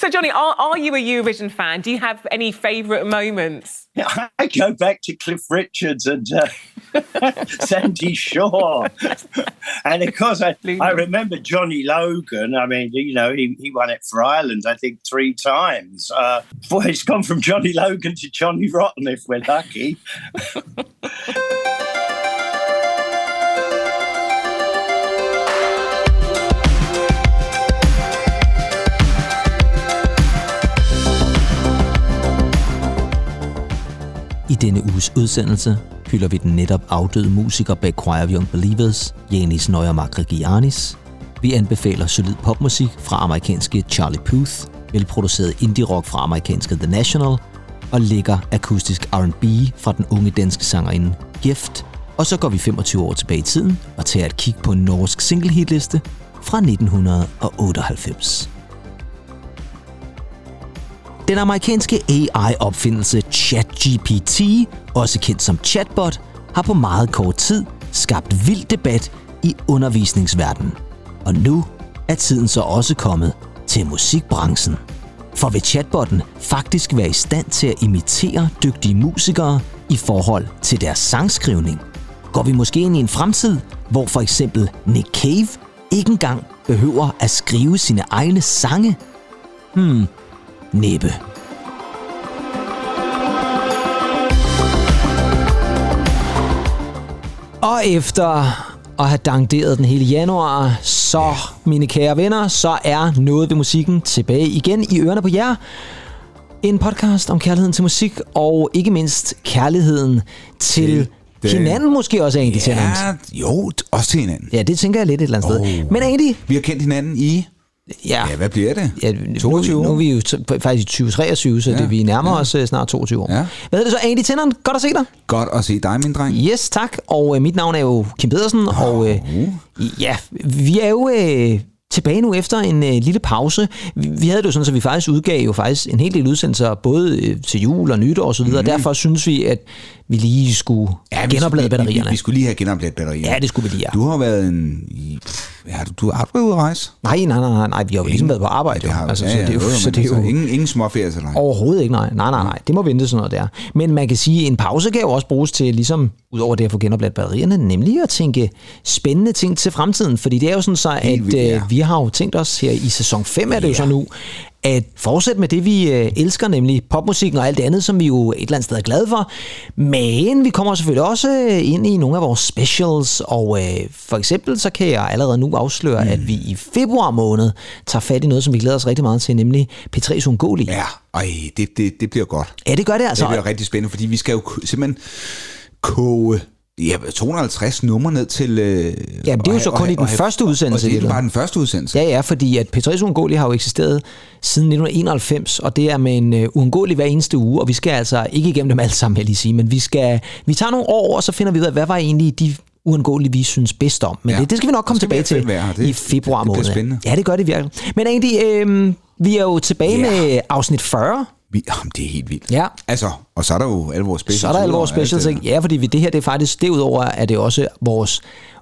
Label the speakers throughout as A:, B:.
A: So, Johnny, are you a Eurovision fan? Do you have any favourite moments?
B: Yeah, I go back to Cliff Richards and Sandy Shaw. And of course, I remember Johnny Logan. I mean, you know, he won it for Ireland, I think, 3 times. Boy, it's gone from Johnny Logan to Johnny Rotten, if we're lucky.
C: I denne uges udsendelse hylder vi den netop afdøde musiker bag Choir of Young Believers, Yanis Noyer Makrigianis. Vi anbefaler solid popmusik fra amerikanske Charlie Puth, velproduceret indie-rock fra amerikanske The National og lækker akustisk R&B fra den unge danske sangerinde Gift. Og så går vi 25 år tilbage i tiden og tager et kig på en norsk single-hitliste fra 1998. Den amerikanske AI-opfindelse ChatGPT, også kendt som chatbot, har på meget kort tid skabt vild debat i undervisningsverdenen. Og nu er tiden så også kommet til musikbranchen. For vil chatbotten faktisk være i stand til at imitere dygtige musikere i forhold til deres sangskrivning? Går vi måske ind i en fremtid, hvor for eksempel Nick Cave ikke engang behøver at skrive sine egne sange? Næppe. Og efter at have dankderet den hele januar, så, mine kære venner, så er Noget ved musikken tilbage igen i ørerne på jer. En podcast om kærligheden til musik, og ikke mindst kærligheden til hinanden måske også, Andy.
D: Ja, jo, også til hinanden.
C: Ja, det tænker jeg lidt et eller andet sted. Men Andy...
D: Vi har kendt hinanden i... Ja, hvad bliver det?
C: Ja,
D: 22
C: nu er vi jo faktisk i 2023, så det vi nærmer os snart 22 år. Ja. Hvad er det så, Andy Tinderen? Godt at se dig.
D: Godt at se dig, min dreng.
C: Yes, tak. Og mit navn er jo Kim Pedersen, og ja, vi er jo tilbage nu efter en lille pause. Vi havde det jo sådan, så vi faktisk udgav jo faktisk en hel del udsendelser, både til jul og nytår og så videre. Derfor synes vi, at vi lige skulle genoplade batterierne.
D: Vi skulle lige have genopladet batterierne.
C: Ja, det skulle vi lige.
D: Du har været du har været ude at rejse?
C: Nej, vi har jo ligesom været på arbejde. Det er jo
D: ingen småferie til dig.
C: Overhovedet ikke, nej. Det må vente sådan noget der. Men man kan sige, at en pause kan jo også bruges til, ligesom udover det at få genopladet batterierne, nemlig at tænke spændende ting til fremtiden. Fordi det er jo sådan så, at vi har jo tænkt os her i sæson 5, er det jo så nu, at fortsætte med det, vi elsker, nemlig popmusikken og alt det andet, som vi jo et eller andet sted er glade for. Men vi kommer selvfølgelig også ind i nogle af vores specials, og for eksempel så kan jeg allerede nu afsløre, at vi i februar måned tager fat i noget, som vi glæder os rigtig meget til, nemlig P3's Uundgåelige.
D: Ja, det bliver godt.
C: Ja, det gør det altså.
D: Det bliver rigtig spændende, fordi vi skal jo simpelthen koge 250 numre ned til...
C: Ja, det er jo så kun i den første udsendelse.
D: Og det er bare den første udsendelse.
C: Ja, fordi at P3's Uundgåelige har jo eksisteret siden 1991, og det er med en uundgåelig hver eneste uge, og vi skal altså ikke igennem dem alle sammen, vil jeg lige sige, men vi tager nogle år, og så finder vi ud af, hvad var egentlig de uundgåelige, vi synes bedst om. Men det skal vi nok komme tilbage til i februar måned.
D: Det bliver spændende.
C: Ja, det gør det virkelig. Men egentlig, vi er jo tilbage med afsnit 40.
D: Det er helt vildt.
C: Ja.
D: Altså, og så er der jo alle vores specials.
C: Så er der alle vores specials, ikke? Ja, fordi det her, det er faktisk, derudover er det også vores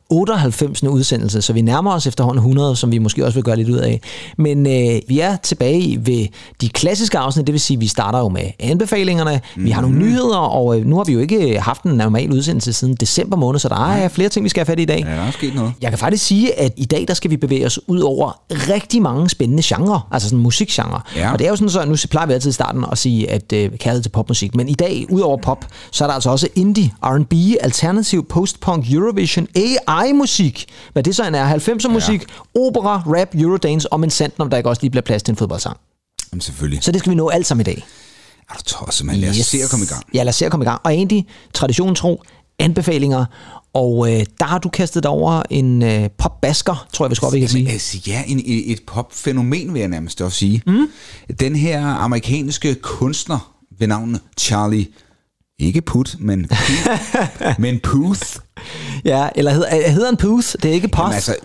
C: 98. udsendelse, så vi nærmer os efterhånden 100, som vi måske også vil gøre lidt ud af. Men vi er tilbage ved de klassiske afsnit, det vil sige, at vi starter jo med anbefalingerne, vi har nogle nyheder, og nu har vi jo ikke haft en normal udsendelse siden december måned, så der er flere ting, vi skal have fat i i dag.
D: Ja, der er sket noget.
C: Jeg kan faktisk sige, at i dag, der skal vi bevæge os ud over rigtig mange spændende genrer, altså sådan musikgenre. Ja. Og det er jo sådan, så nu plejer vi altid i starten at sige, at kærlighed til popmusik, men i dag, ud over pop, så er der altså også indie, R&B, alternativ, post-punk, Eurovision, AI-musik, hvad det så end er, 90'er musik, opera, rap, eurodance, og men sandt, om der ikke også lige bliver plads til en fodboldsang.
D: Jamen selvfølgelig.
C: Så det skal vi nå alt sammen i dag.
D: Er du tosset, man? Lad os se at komme i gang.
C: Ja, lad os se at komme i gang. Og egentlig, tradition tro, anbefalinger, og der har du kastet dig over en popbasker, tror jeg, vi skal op, vi kan sige.
D: Altså, ja, et popfænomen, vil jeg nærmest også sige. Den her amerikanske kunstner ved navn Charlie, ikke Puth, men Puth.
C: Ja, eller hedder han Puth? Det er ikke Puth.
D: Jamen altså,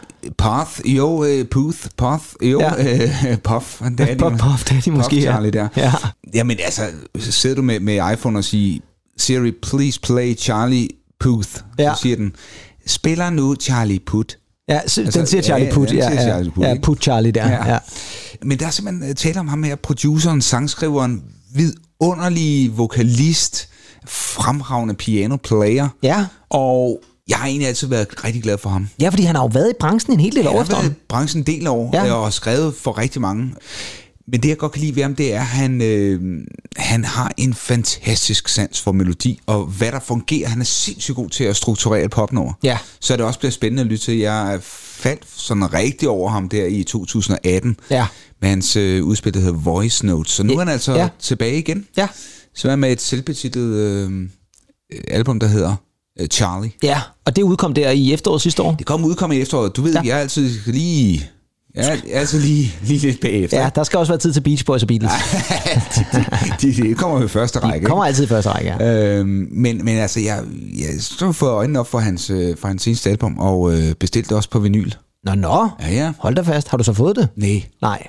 D: Puth, Puff, det
C: er de måske,
D: Charlie der.
C: Ja.
D: Jamen altså, sidder du med iPhone og siger, Siri, please play Charlie Puth, så siger den, spiller nu Charlie Puth.
C: Ja, den siger Charlie Puth. Ja, Puth Charlie der. Ja.
D: Men der er simpelthen tale om ham her, produceren, sangskriveren, vidunderlige vokalist, fremragende pianoplayer.
C: Ja.
D: Og jeg har egentlig altid været rigtig glad for ham.
C: Ja, fordi han har jo været i branchen en hel del år efter.
D: Han har været i branchen en del år, og skrevet for rigtig mange. Men det, jeg godt kan lide ved ham, det er, at han har en fantastisk sans for melodi, og hvad der fungerer. Han er sindssygt god til at strukturere et popnummer.
C: Ja.
D: Så det også bliver spændende at lytte til. Jeg faldt sådan rigtig over ham der i 2018, med hans udspil, der hedder Voice Notes. Så nu er han altså tilbage igen. Ja. Så er han med et selvbetitlet album, der hedder Charlie.
C: Ja, og det udkom der i efteråret sidste år.
D: Det udkom i efteråret. Du ved, jeg er altid lige... Ja, altså lige lidt bagefter.
C: Ja, der skal også være tid til Beach Boys og Beatles.
D: de kommer i første række.
C: De kommer altid i første række, ja.
D: Men altså, jeg stod for øjnene op for hans seneste album, og bestilte det også på vinyl.
C: Nå.
D: Ja.
C: Hold da fast. Har du så fået det?
D: Nej.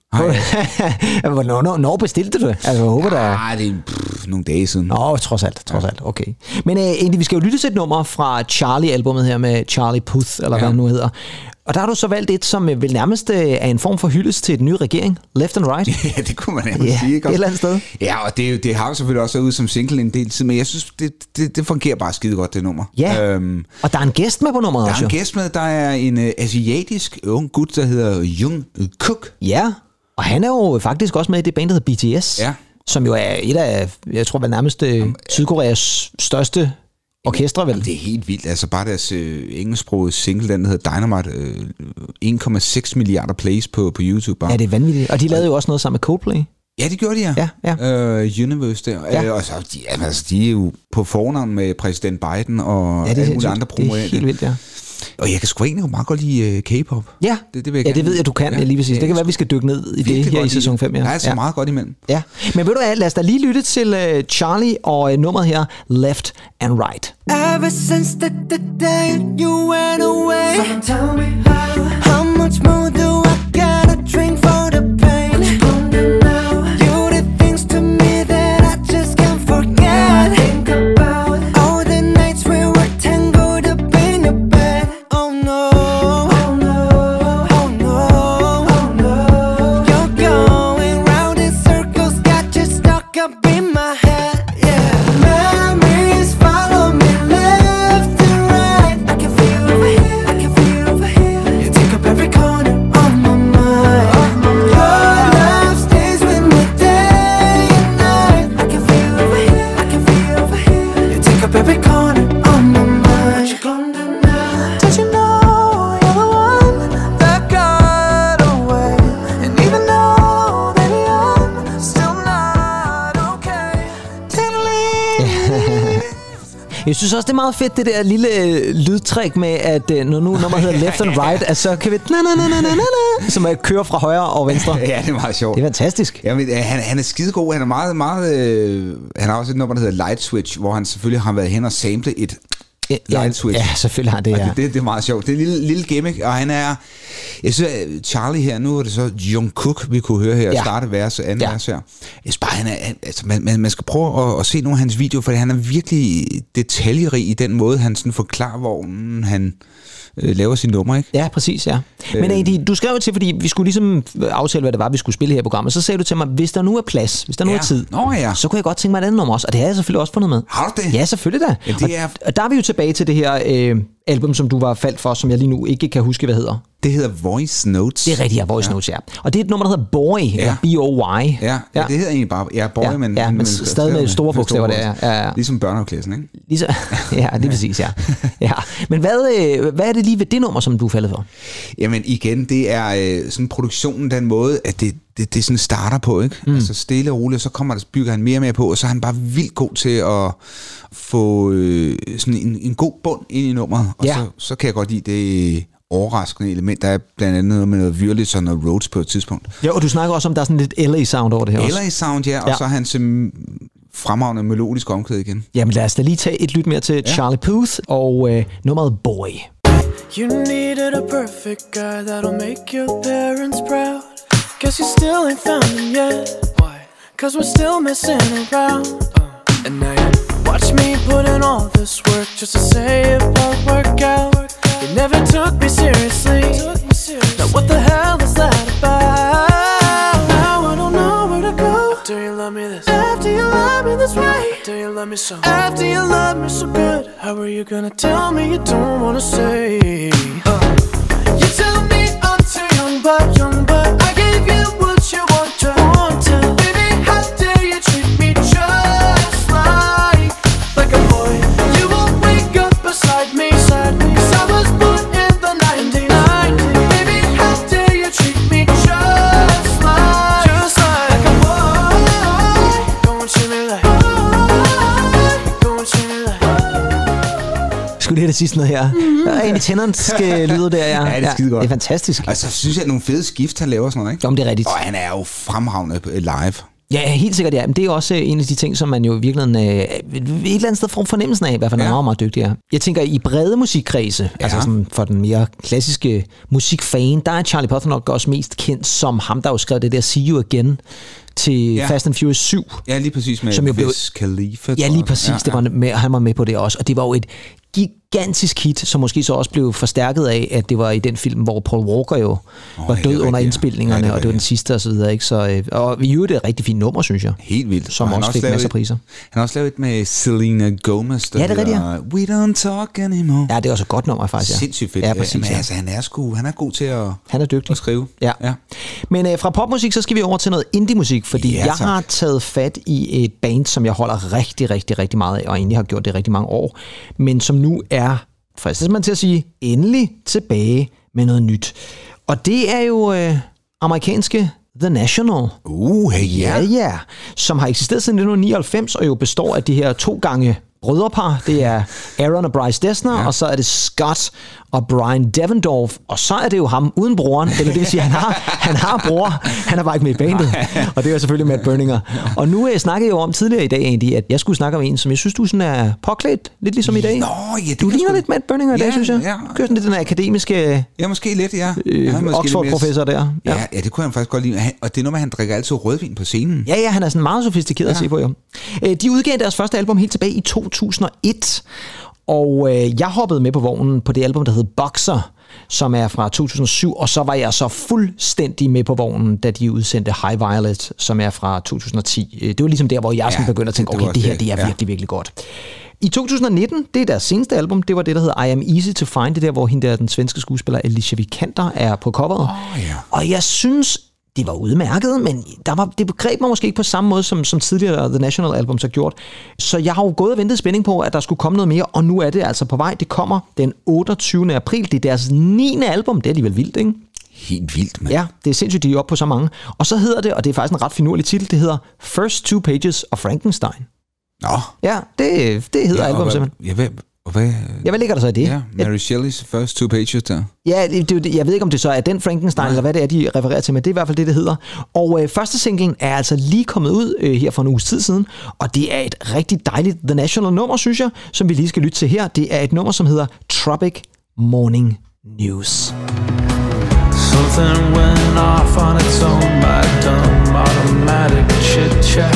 C: Hvornår bestilte du det? Altså, jeg håber, det
D: er nogle dage siden.
C: Nå, trods alt. Okay. Men egentlig, vi skal jo lytte til et nummer fra Charlie-albummet her med Charlie Puth, eller hvad det nu hedder. Og der har du så valgt et, som vel nærmest er en form for hyldest til den nye regering, Left and Right.
D: Ja, det kunne man nærmest sige. Ikke?
C: Et eller andet sted.
D: Ja, og det har jo selvfølgelig også været ude som single en del tid, men jeg synes, det fungerer bare skide godt, det nummer.
C: Ja, og der er en gæst med på nummeret også.
D: Der er en gæst med, der er en asiatisk ung gut, der hedder Jungkook.
C: Ja, og han er jo faktisk også med i det band, der hedder BTS, som jo er et af, jeg tror vel nærmest Sydkoreas største orkestre, vel?
D: Det er helt vildt. Altså bare deres engelsksprogede single, den der hedder Dynamite, 1,6 milliarder plays på YouTube. Bare.
C: Ja, det er vanvittigt. Og de lavede jo også noget sammen med Coldplay.
D: Ja, det gjorde de, ja. Universe der. Ja. Og så, de er jo på fornavn med præsident Biden og alle mulige andre promoer.
C: Det er helt vildt, ja.
D: Og jeg kan sgu egentlig meget godt lide K-pop.
C: Ja, det ved jeg, du kan lige præcis. Det kan være, vi skal dykke ned i det her i sæson 5.
D: Ja. Der er altså meget godt imellem.
C: Ja, men ved du hvad, lad os da lige lytte til Charlie og nummeret her, Left and Right.
E: Ever since the day you went away, so tell me how much more do I gotta drink for the pain? You did things to me that I just can't forget. Think about all the nights we were tangled up in your bed. Oh no, oh no, oh no, oh no. You're going round in circles, got you stuck up in my head. Yeah, memories follow me left and right. I can feel over here, I can feel over here. You take up every corner of my mind. Your love stays with me day and night. I can feel over here, I can feel over here. You take up every corner of my mind. You're gone tonight. Don't you know you're the one that got away? And even though, baby, I'm still not okay. Take a leave.
C: Jeg synes også, det er meget fedt, det der lille lydtræk med, at når nu nummeret hedder Left and Right, at så kan vi som at køre fra højre og venstre.
D: Ja, det er meget sjovt.
C: Det er fantastisk.
D: Ja, men, han er skidegod. Han er meget han har også et nummer, der hedder Light Switch, hvor han selvfølgelig har været hen og sample et light switch.
C: Ja, selvfølgelig har det, ja.
D: Det er meget sjovt. Det er en lille gimmick, og han er... Jeg synes, Charlie her, nu er det så Jungkook, vi kunne høre her, starte vers, anden vers her. Jeg synes bare, han er... Altså, man skal prøve at se nogle af hans videoer, for han er virkelig detaljerig i den måde, han sådan forklarer, hvor han laver sine numre, ikke?
C: Ja, præcis, ja. Men Adi, du skrev til, fordi vi skulle ligesom aftale, hvad det var, vi skulle spille her i programmet, så sagde du til mig, hvis der nu er plads, hvis der nu er tid, så kunne jeg godt tænke mig et andet nummer også, og det har jeg selvfølgelig også fundet med.
D: Har du det?
C: Ja, selvfølgelig da. Ja, og der er vi jo tilbage til det her album, som du var faldt for, som jeg lige nu ikke kan huske, hvad hedder.
D: Det hedder Voice Notes.
C: Det er rigtigt, ja, Voice Notes, ja. Og det er et nummer, der hedder Boy, B-O-Y.
D: Ja, det hedder egentlig bare, Boy,
C: men stadig med store bogstaver der. Ja.
D: Ligesom børnehaveklassen, ikke?
C: Ja, det er præcis, ja. Men hvad er det lige ved det nummer, som du er faldet for?
D: Jamen igen, det er sådan produktionen den måde, at det sådan starter på, ikke? Altså stille og roligt, og så bygger han mere og mere på, og så er han bare vildt god til at få sådan en god bund ind i nummeret, og så kan jeg godt lide det overraskende element. Der er blandt andet noget med noget Vyrlitson og Rhodes på et tidspunkt. Ja,
C: og du snakker også om, der er sådan lidt LA-sound over det her også.
D: LA-sound, ja, og så er hans fremragende melodisk omkvæd igen.
C: Jamen lad os da lige tage et lyt mere til Charlie Puth og nummeret Boy.
E: You needed a perfect guy that'll make your parents proud. Guess you still ain't found him yet. Why? 'Cause we're still messing around. And now you watch me put in all this work just to say it won't work out. You never took me seriously. Now what the hell is that about? Now I don't know where to go. After you love me this, after you love me this way, after you love me so, after you love me so good, how are you gonna tell me you don't wanna say? You tell me I'm too young, but I gave you what you wanted. Baby, how dare you treat me just like a boy? You won't wake up beside me, 'cause I was born in the 90s. Baby, how dare you treat me just like a boy? Don't treat me like, don't treat me like.
C: Skulle lige have det sidste noget her. Egentlig tænderske lyde der, ja.
D: Ja, det er skide godt.
C: Det er fantastisk.
D: Altså, så synes jeg, at nogle fede skift, han laver sådan noget, ikke?
C: Om det er rigtigt.
D: Og han er jo fremragende live.
C: Ja, helt sikkert, ja. Men det er også en af de ting, som man jo i virkeligheden et eller andet sted får fornemmelsen af, i hvert fald er meget, meget dygtig er. Jeg tænker, i brede musikkredse, altså sådan for den mere klassiske musikfan, der er Charlie Puth nok også mest kendt som ham, der jo skrev det der See You Again til Fast and Furious 7.
D: Ja, lige præcis med
C: som jo
D: Wiz Khalifa.
C: Ja, lige præcis. Det var med, han var med på det også. Og det var jo et gigantisk hit, som måske så også blev forstærket af, at det var i den film, hvor Paul Walker jo var død under indspilningerne, og det var den sidste og så videre, ikke? Så, og vi gjorde det et rigtig fint nummer, synes jeg.
D: Helt vildt.
C: Som også fik masser af priser.
D: Han har også lavet et med Selena Gomez, der
C: det er rigtigt,
D: We Don't Talk Anymore.
C: Ja, det er også et godt nummer, faktisk.
D: Sindssygt fedt.
C: Ja, præcis.
D: Men altså, han er god til at,
C: han er dygtig
D: at skrive.
C: Ja. Men fra popmusik, så skal vi over til noget indie-musik, fordi jeg har taget fat i et band, som jeg holder rigtig, rigtig, rigtig meget af, og egentlig har gjort det rigtig mange år, men som nu er, fristes man til at sige, endelig tilbage med noget nyt. Og det er jo amerikanske The National. Ja. Som har eksisteret siden 1999, og jo består af de her 2 gange brødrepar. Det er Aaron og Bryce Dessner, og så er det Scott og Brian Devendorf, og så er det jo ham uden broren, eller det vil sige, han har bror, han er bare ikke med i bandet, og det er selvfølgelig Matt Berninger. Og nu snakkede jeg jo om tidligere i dag egentlig, at jeg skulle snakke om en, som jeg synes, du sådan er påklædt, lidt ligesom i dag.
D: Nå, ja,
C: du ligner lidt Matt Berninger i dag, synes jeg. Du kører sådan lidt den akademiske
D: måske lidt,
C: Oxford-professor der.
D: Ja, det kunne han faktisk godt lide. Og det er noget med, at han drikker altid rødvin på scenen.
C: Ja, han er sådan meget sofistikeret at se på, jo. De udgav deres første album helt tilbage i 2001, og jeg hoppede med på vognen på det album, der hed Boxer, som er fra 2007, og så var jeg så fuldstændig med på vognen, da de udsendte High Violet, som er fra 2010. Det var ligesom der, hvor jeg sådan begyndte at tænke, okay, det her det er virkelig, virkelig godt. I 2019, det er deres seneste album, det var det, der hedder I Am Easy to Find, det der, hvor hende der, den svenske skuespiller Alicia Vikander, er på coveret. Og jeg synes, det var udmærket, men det greb mig måske ikke på samme måde, som tidligere The National Album så gjort. Så jeg har jo gået og ventet spænding på, at der skulle komme noget mere, og nu er det altså på vej. Det kommer den 28. april. Det er deres 9. album. Det er alligevel vildt, ikke?
D: Helt vildt, mand.
C: Ja, det er sindssygt, de er oppe på så mange. Og så hedder det, og det er faktisk en ret finurlig titel, det hedder First 2 Pages of Frankenstein.
D: Nå.
C: Ja, det hedder album simpelthen. Hvad ligger der så i det?
D: Ja, Mary Shelley's First 2 Pages der.
C: Ja, jeg ved ikke, om det så er den Frankenstein, eller hvad det er, de refererer til, men det er i hvert fald det hedder. Og første singlen er altså lige kommet ud her for en uges tid siden, og det er et rigtig dejligt The National nummer, synes jeg, som vi lige skal lytte til her. Det er et nummer, som hedder Tropic Morning News.
F: Something went off on its own, my dumb automatic chit-chat.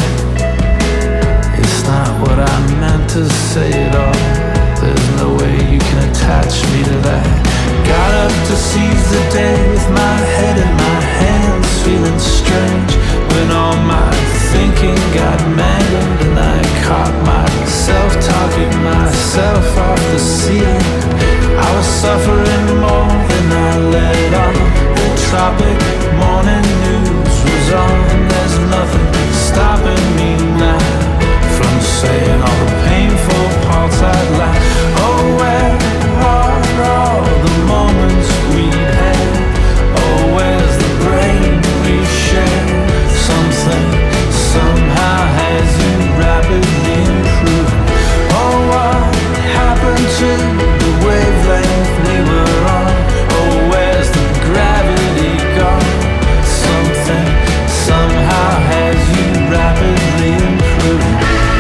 F: It's not what I meant to say at all. There's no way you can attach me to that. Got up to seize the day with my head in my hands, feeling strange when all my thinking got mangled and I caught myself talking myself off the ceiling. I was suffering more than I let on. The tropic morning news was on, and there's nothing stopping me now from saying all the painful parts I'd like. Oh, where are all the moments we'd had? Oh, where's the brain we share? Something somehow has you rapidly improving. Oh, what happened to the wavelength we were on? Oh, where's the gravity gone? Something somehow has you rapidly improving.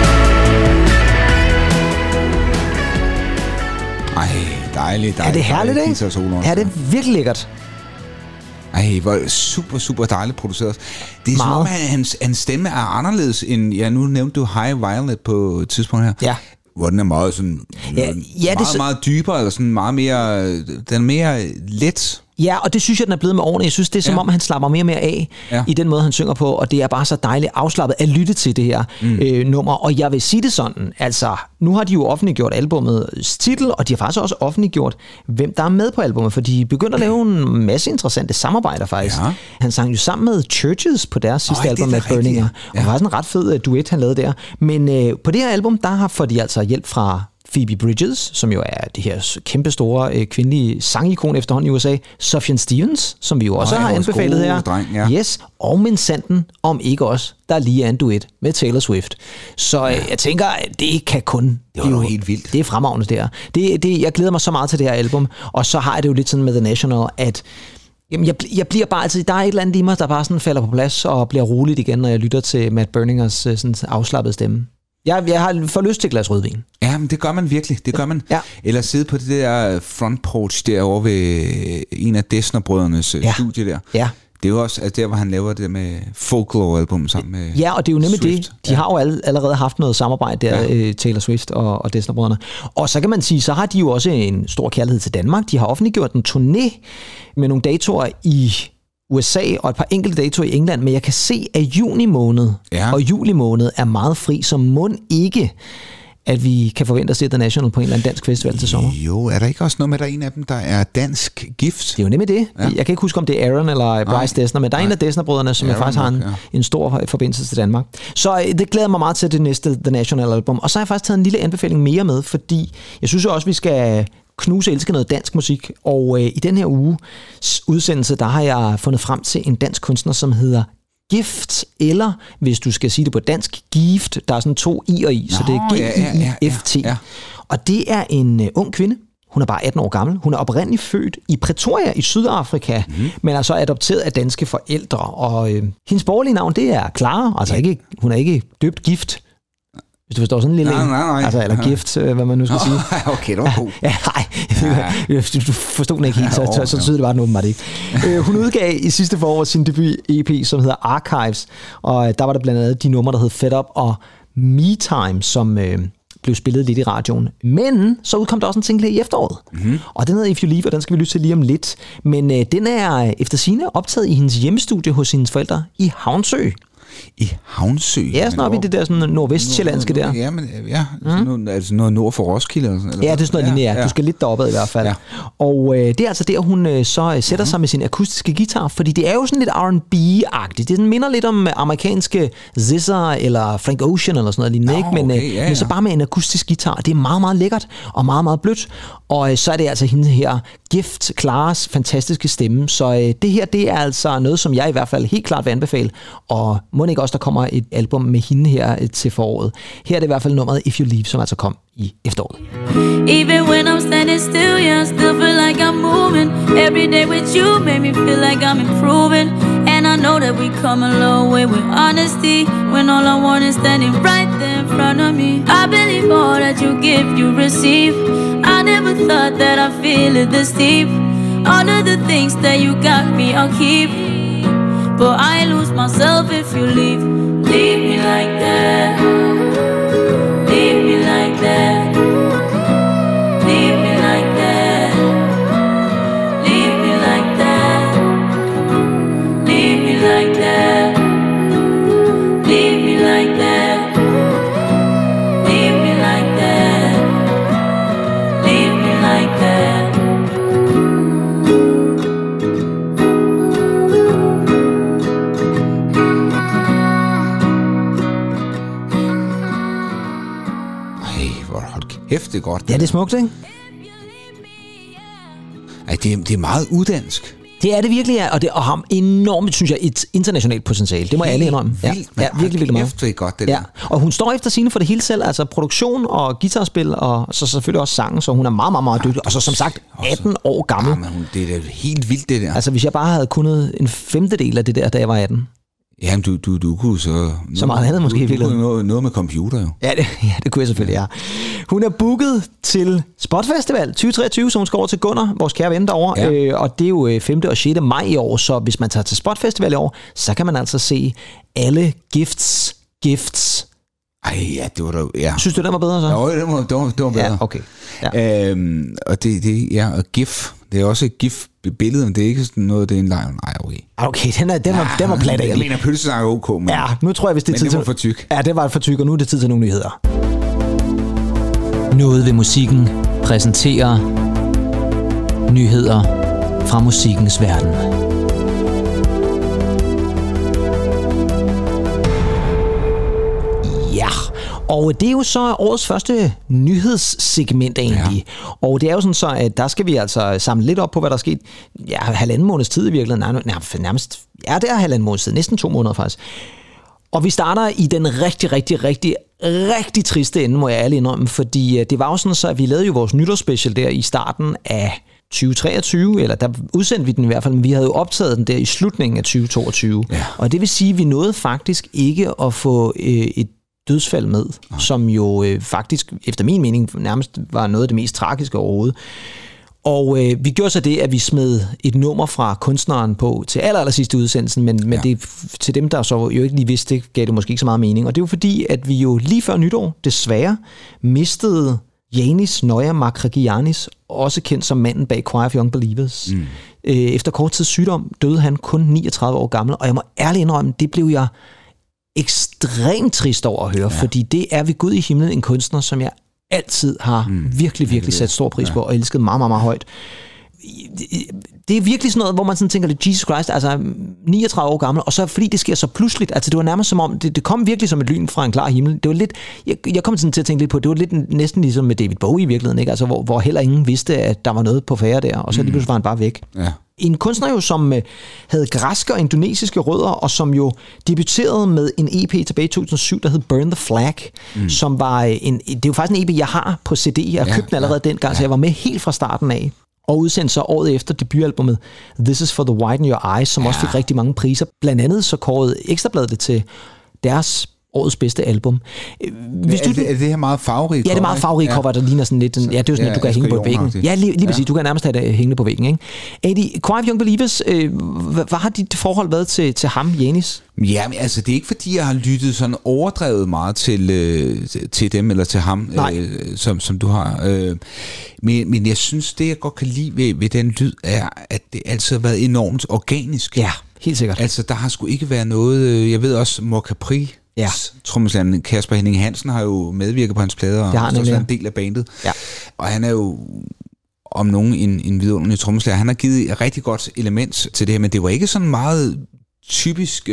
D: Dejligt.
C: Er det herligt, ikke? Er det virkelig lækkert?
D: Ej, hvor super dejligt produceret. Det er som om, hans stemme er anderledes end, nu nævnte du High Violet på et tidspunkt her.
C: Ja.
D: hvor den er meget sådan, meget dybere, eller sådan meget mere, den er mere let.
C: Ja, og det synes jeg, den er blevet med årene. Jeg synes, det er som om, han slapper mere og mere af i den måde, han synger på, og det er bare så dejligt afslappet at lytte til det her nummer. Og jeg vil sige det sådan, altså, nu har de jo offentliggjort albumets titel, og de har faktisk også offentliggjort, hvem der er med på albumet, for de begynder at lave en masse interessante samarbejder faktisk. Ja. Han sang jo sammen med Churches på deres sidste album med Burninger, og det var sådan en ret fed duet, han lavede der. Men på det her album, der får de altså hjælp fra Phoebe Bridgers, som jo er det her kæmpe store kvindelige sangikon efterhånden i USA, Sufjan Stevens, som vi jo også har anbefalet her.
D: Dreng,
C: Yes, og minsanden, om ikke også, der lige er en duet med Taylor Swift. Så jeg tænker, det kan kun...
D: Det var jo helt vildt.
C: Det er fremragende der. Jeg glæder mig så meget til det her album, og så har jeg det jo lidt sådan med The National, at jamen, jeg bliver bare altid... Der er et eller andet i mig, der bare sådan falder på plads og bliver roligt igen, når jeg lytter til Matt Berningers sådan afslappede stemme. Jeg har for lyst til et glas rødvin.
D: Ja, men det gør man virkelig. Det gør man.
C: Ja.
D: Eller sidde på det der front porch derovre ved en af Dessner-brødrenes studie der.
C: Ja.
D: Det er jo også der, hvor han laver det med Folklore-album sammen med
C: Ja, og det er jo nemlig
D: Swift.
C: det. De har jo allerede haft noget samarbejde der, Taylor Swift og Dessner-brødrene. Og så kan man sige, så har de jo også en stor kærlighed til Danmark. De har offentliggjort en turné med nogle datoer i USA og et par enkelte datoer i England, men jeg kan se, at juni måned og juli måned er meget fri, så mon ikke, at vi kan forvente at se The National på en eller anden dansk festival til sommer.
D: Jo, er der ikke også noget med, der er en af dem, der er dansk gift?
C: Det er jo nemlig det. Ja. Jeg kan ikke huske, om det er Aaron eller Bryce Dessner, men der er en af Dessner-brødrene, som Aaron, faktisk har en stor forbindelse til Danmark. Så det glæder mig meget til det næste The National album. Og så har jeg faktisk taget en lille anbefaling mere med, fordi jeg synes også, vi skal knuse elske noget dansk musik. Og i den her uges udsendelse, der har jeg fundet frem til en dansk kunstner, som hedder Gift, eller hvis du skal sige det på dansk, Gift. Der er sådan 2 i og i, så det er G-I-F-T. Ja. Og det er en ung kvinde. Hun er bare 18 år gammel. Hun er oprindeligt født i Pretoria i Sydafrika, men er så adopteret af danske forældre. Og hendes borgerlige navn, det er Clara. Altså hun er ikke døbt Gift. Hvis du forstår sådan en lille
D: nej.
C: Altså, eller gift, hvad man nu skal sige.
D: Okay, det var god.
C: Du forstod den ikke helt, så tyder det bare den åbenbart ikke. Hun udgav i sidste forår sin debut-EP, som hedder Archives, og der var der blandt andet de numre, der hed Fed Up og Me Time, som blev spillet lidt i radioen. Men så udkom der også en single i efteråret, og den hedder If You Leave, og den skal vi lytte til lige om lidt. Men den er efter sigende optaget i hendes hjemmestudie hos hendes forældre i Havnsø.
D: I Havnsø?
C: Ja, sådan oppe i det der sådan nordvestsjællandske der.
D: Ja, men altså noget nord for Roskilde eller sådan.
C: Ja, det er sådan noget lineært. Du skal lidt deropad i hvert fald. Ja. Og det er altså der, hun så sætter sig med sin akustiske guitar, fordi det er jo sådan lidt R&B-agtigt. Det minder lidt om amerikanske SZA eller Frank Ocean eller sådan noget lignende, ikke? Men så bare med en akustisk guitar. Det er meget, meget lækkert og meget, meget blødt. Og så er det altså hende her, Gift, Claras fantastiske stemme. Så det her, det er altså noget, som jeg i hvert fald helt klart vil anbefale. Og må ikke også, der kommer et album med hende her til foråret. Her er det i hvert fald nummeret If You Leave, som altså kom i efteråret.
G: Even when I'm standing still, yeah, I still feel like I'm moving. Every day with you made me feel like I'm improving. And I know that we come a long way with honesty. When all I want is standing right there in front of me. I believe all that you give, you receive. I never thought that I'd feel it this deep. All of the things that you got me, I'll keep. But I lose myself if you leave. Leave me like that. Leave me like that. Leave me like that. Leave me like that. Leave me like that. Leave me like that. Leave me like that. Leave me like that.
D: Hæftigt godt.
C: Ja, det er smukt, ikke?
D: Ej, det er meget uddansk.
C: Det er det virkelig, ja. Og har enormt, synes jeg, et internationalt potentiale. Det må alle indrømme.
D: Vildt,
C: ja, virkelig meget.
D: Hæftigt godt, det der.
C: Og hun står efter sine for det hele selv, altså produktion og guitarspil, og så selvfølgelig også sangen, så hun er meget, meget, meget dygtig. Og så som sagt, 18 år gammel.
D: Ja, men det er helt vildt, det der.
C: Altså, hvis jeg bare havde kunnet en femtedel af det der, da jeg var 18.
D: Jamen, du kunne så
C: meget andet måske i virkeligheden.
D: Noget med computer, jo.
C: Ja, det kunne jeg selvfølgelig, ja. Hun er booket til Spot Festival 2023, så hun skal over til Gunnar, vores kære ven derovre. Og det er jo 5. og 6. maj i år, så hvis man tager til Spot Festival i år, så kan man altså se alle Gifts
D: Ja, det var da... Ja.
C: Synes du, den var bedre så?
D: Jo, det var bedre.
C: Ja, okay. Ja.
D: Og og GIF. Det er også et GIF-billede, men det er ikke sådan noget, det er en leg. Nej, okay.
C: Okay, den var plat af.
D: Jeg mener, pølsesang er ok, men...
C: Ja, nu tror jeg, hvis det er tid til...
D: Men det var for tyk.
C: Ja, det var for tyk, og nu er det tid til nogle nyheder. Noget ved musikken præsenterer nyheder fra musikkens verden. Ja, og det er jo så årets første nyhedssegment egentlig. Ja. Og det er jo sådan så, at der skal vi altså samle lidt op på, hvad der er sket. Ja, halvanden måneds tid i virkeligheden. Nærmest, ja, det er halvanden måneds tid. Næsten 2 måneder faktisk. Og vi starter i den rigtig triste ende, må jeg ærligt indrømme, fordi det var jo sådan så, at vi lavede jo vores nytårsspecial der i starten af 2023, eller der udsendte vi den i hvert fald, men vi havde jo optaget den der i slutningen af 2022. Ja. Og det vil sige, at vi nåede faktisk ikke at få et dødsfald med, som jo faktisk, efter min mening, nærmest var noget af det mest tragiske overhovedet. Og vi gjorde så det, at vi smed et nummer fra kunstneren på til aller sidste udsendelsen, men det, til dem, der så jo ikke lige vidste, det gav det måske ikke så meget mening. Og det er jo fordi, at vi jo lige før nytår desværre mistede Yanis Noia Makragianis, også kendt som manden bag Choir of Young Believers. Efter kort tids sygdom døde han kun 39 år gammel, og jeg må ærligt indrømme, det blev jeg ekstremt trist over at høre, fordi det er ved Gud i himlen en kunstner, som jeg altid har virkelig sat stor pris på, og elsket meget, meget, meget højt. Det er virkelig sådan noget, hvor man sådan tænker, Jesus Christ, altså 39 år gammel, og så fordi det sker så pludseligt, altså det var nærmest som om, det kom virkelig som et lyn fra en klar himmel. Det var lidt, jeg kom sådan til at tænke lidt på, det var lidt næsten ligesom med David Bowie i virkeligheden, ikke? Altså hvor heller ingen vidste, at der var noget på færre der, og så lige pludselig var han bare væk. Ja. En kunstner jo, som havde græske og indonesiske rødder, og som jo debuterede med en EP tilbage i 2007, der hed Burn the Flag, som var det er jo faktisk en EP, jeg har på CD. Jeg har købt den allerede dengang, så jeg var med helt fra starten af. Og udsendte så året efter debutalbummet This Is For The White In Your Eyes, som også fik rigtig mange priser. Blandt andet så kårede Ekstrabladet det til deres årets bedste album.
D: Er det her meget farverige cover?
C: Ja, det er meget farverige cover, der ligner sådan lidt... Ja, det er jo sådan, at du kan hænge på væggen. Ja, lige præcis. Du kan nærmest have det hængende på væggen, ikke? Eddie, Choir of Young Believers, hvad har dit forhold været til ham, Yanis?
D: Ja, men altså, det er ikke fordi, jeg har lyttet sådan overdrevet meget til dem, eller til ham, som du har. Men jeg synes, det jeg godt kan lide ved den lyd, er, at det altid har været enormt organisk.
C: Ja, helt sikkert.
D: Altså, der har sgu ikke været noget... Jeg ved også, Mor Capri, trommeslageren Kasper Henning Hansen, har jo medvirket på hans plader, og har også været en del af bandet. Ja. Og han er jo om nogen en vidunderlig trommeslager. Han har givet et rigtig godt element til det her, men det var ikke sådan meget typisk...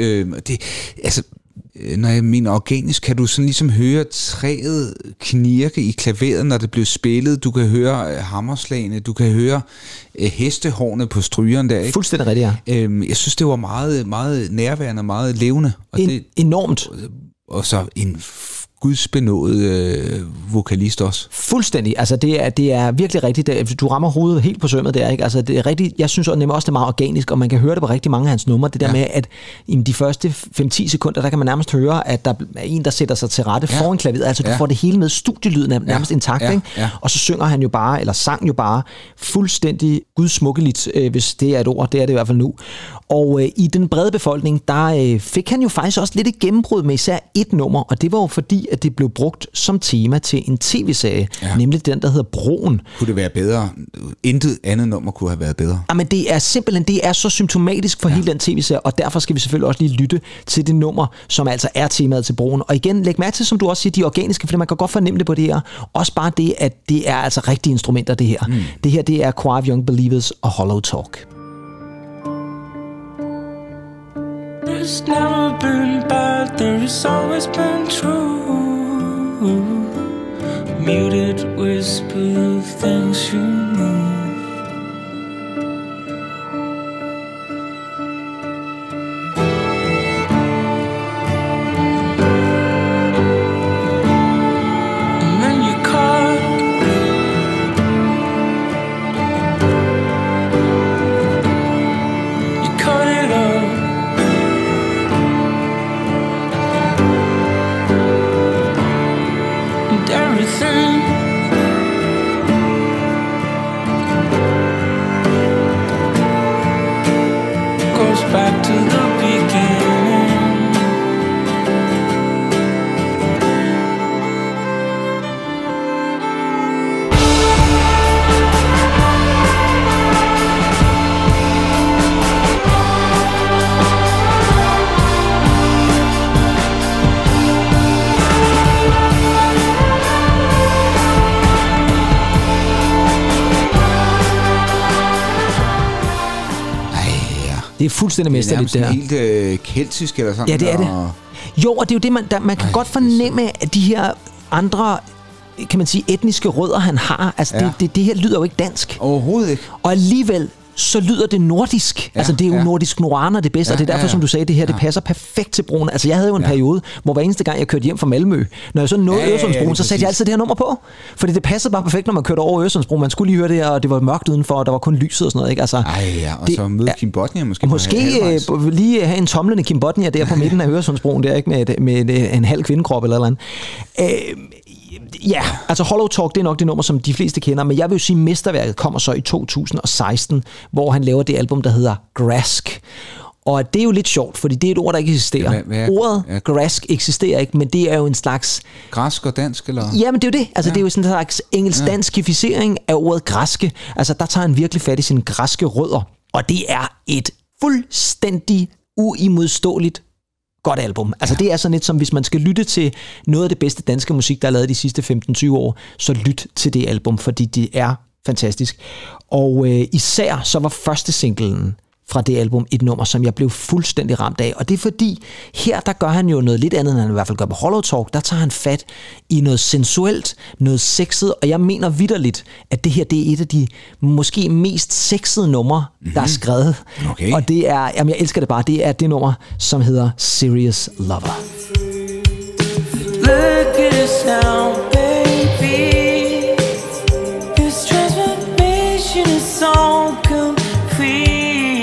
D: når jeg mener organisk, kan du sådan ligesom høre træet knirke i klaveret, når det blev spillet. Du kan høre hammerslagene, du kan høre hestehårene på strygeren der, ikke?
C: Fuldstændig rigtigt, ja.
D: Jeg synes, det var meget, meget nærværende, meget levende. Og
C: enormt.
D: Og så en gudsbenået vokalist også.
C: Fuldstændig. Altså det er virkelig rigtigt. Du rammer hovedet helt på sømmet der, ikke? Altså det er rigtigt. Jeg synes også, det er meget organisk, og man kan høre det på rigtig mange af hans numre. Det der med, at i de første 5-10 sekunder, der kan man nærmest høre, at der er en, der sætter sig til rette foran klaveret. Altså du får det hele med, studielyden nærmest intakt, ikke? Ja. Og så synger han jo bare, eller sang jo bare, fuldstændig gudsmukkeligt, hvis det er et ord. Det er det i hvert fald nu. Og i den brede befolkning, der fik han jo faktisk også lidt et gennembrud med især et nummer, og det var jo fordi, at det blev brugt som tema til en tv-serie, nemlig den, der hedder Broen.
D: Kunne det være bedre? Intet andet nummer kunne have været bedre.
C: Jamen det er simpelthen, det er så symptomatisk for hele den tv-serie, og derfor skal vi selvfølgelig også lige lytte til det nummer, som altså er temaet til Broen. Og igen, læg mærke til, som du også siger, de organiske, for man kan godt fornemme det på det her. Også bare det, at det er altså rigtige instrumenter, det her. Det her, det er Choir of Young Believers og Hollow Talk.
F: There's never been bad, there's always been true. Muted whisper of things you know. And then you caught. You cut it off. Everything
C: Det er fuldstændig mesterligt,
D: det er nærmest helt keltisk eller sådan.
C: Ja, det er det. Jo, og det er jo det, man kan godt fornemme, at de her andre, kan man sige, etniske rødder, han har. Altså, det her lyder jo ikke dansk.
D: Overhovedet ikke.
C: Og alligevel så lyder det nordisk. Altså, det er jo nordisk noir, når det er bedst, og det er derfor, som du sagde, det her, det passer perfekt til broen. Altså, jeg havde jo en periode, hvor hver eneste gang, jeg kørte hjem fra Malmø, når jeg så nåede Øresundsbroen, så satte jeg altid det her nummer på. Fordi det passede bare perfekt, når man kørte over Øresundsbroen. Man skulle lige høre det her, og det var mørkt udenfor, og der var kun lyset og sådan noget, ikke? Altså,
D: og så møde Kim Bodnia måske.
C: Måske lige have en tomlende Kim Bodnia der på midten af Øresundsbroen, der, ikke? Med en halv kvindekrop eller andet. Ja, altså Hollow Talk, det er nok det nummer, som de fleste kender, men jeg vil jo sige, mesterværket kommer så i 2016, hvor han laver det album, der hedder Grask. Og det er jo lidt sjovt, fordi det er et ord, der ikke eksisterer. Ordet Grask eksisterer ikke, men det er jo en slags...
D: Græsk og dansk, eller?
C: Ja, men det er jo det. Altså, det er jo sådan en slags engelsk-danskificering af ordet græske. Altså, der tager han virkelig fat i sine græske rødder. Og det er et fuldstændig uimodståeligt godt album. Altså det er sådan lidt som, hvis man skal lytte til noget af det bedste danske musik, der er lavet de sidste 15-20 år, så lyt til det album, fordi det er fantastisk. Og især så var første singlen fra det album et nummer, som jeg blev fuldstændig ramt af. Og det er fordi, her der gør han jo noget lidt andet, end han i hvert fald gør på Hollow Talk. Der tager han fat i noget sensuelt, noget sexet, og jeg mener vitterligt, at det her, det er et af de måske mest sexede numre, der er skrevet.
D: Okay.
C: Og det er, jamen jeg elsker det bare, det er det nummer, som hedder Serious Lover.
E: Look at us now, baby. This transformation is so complete.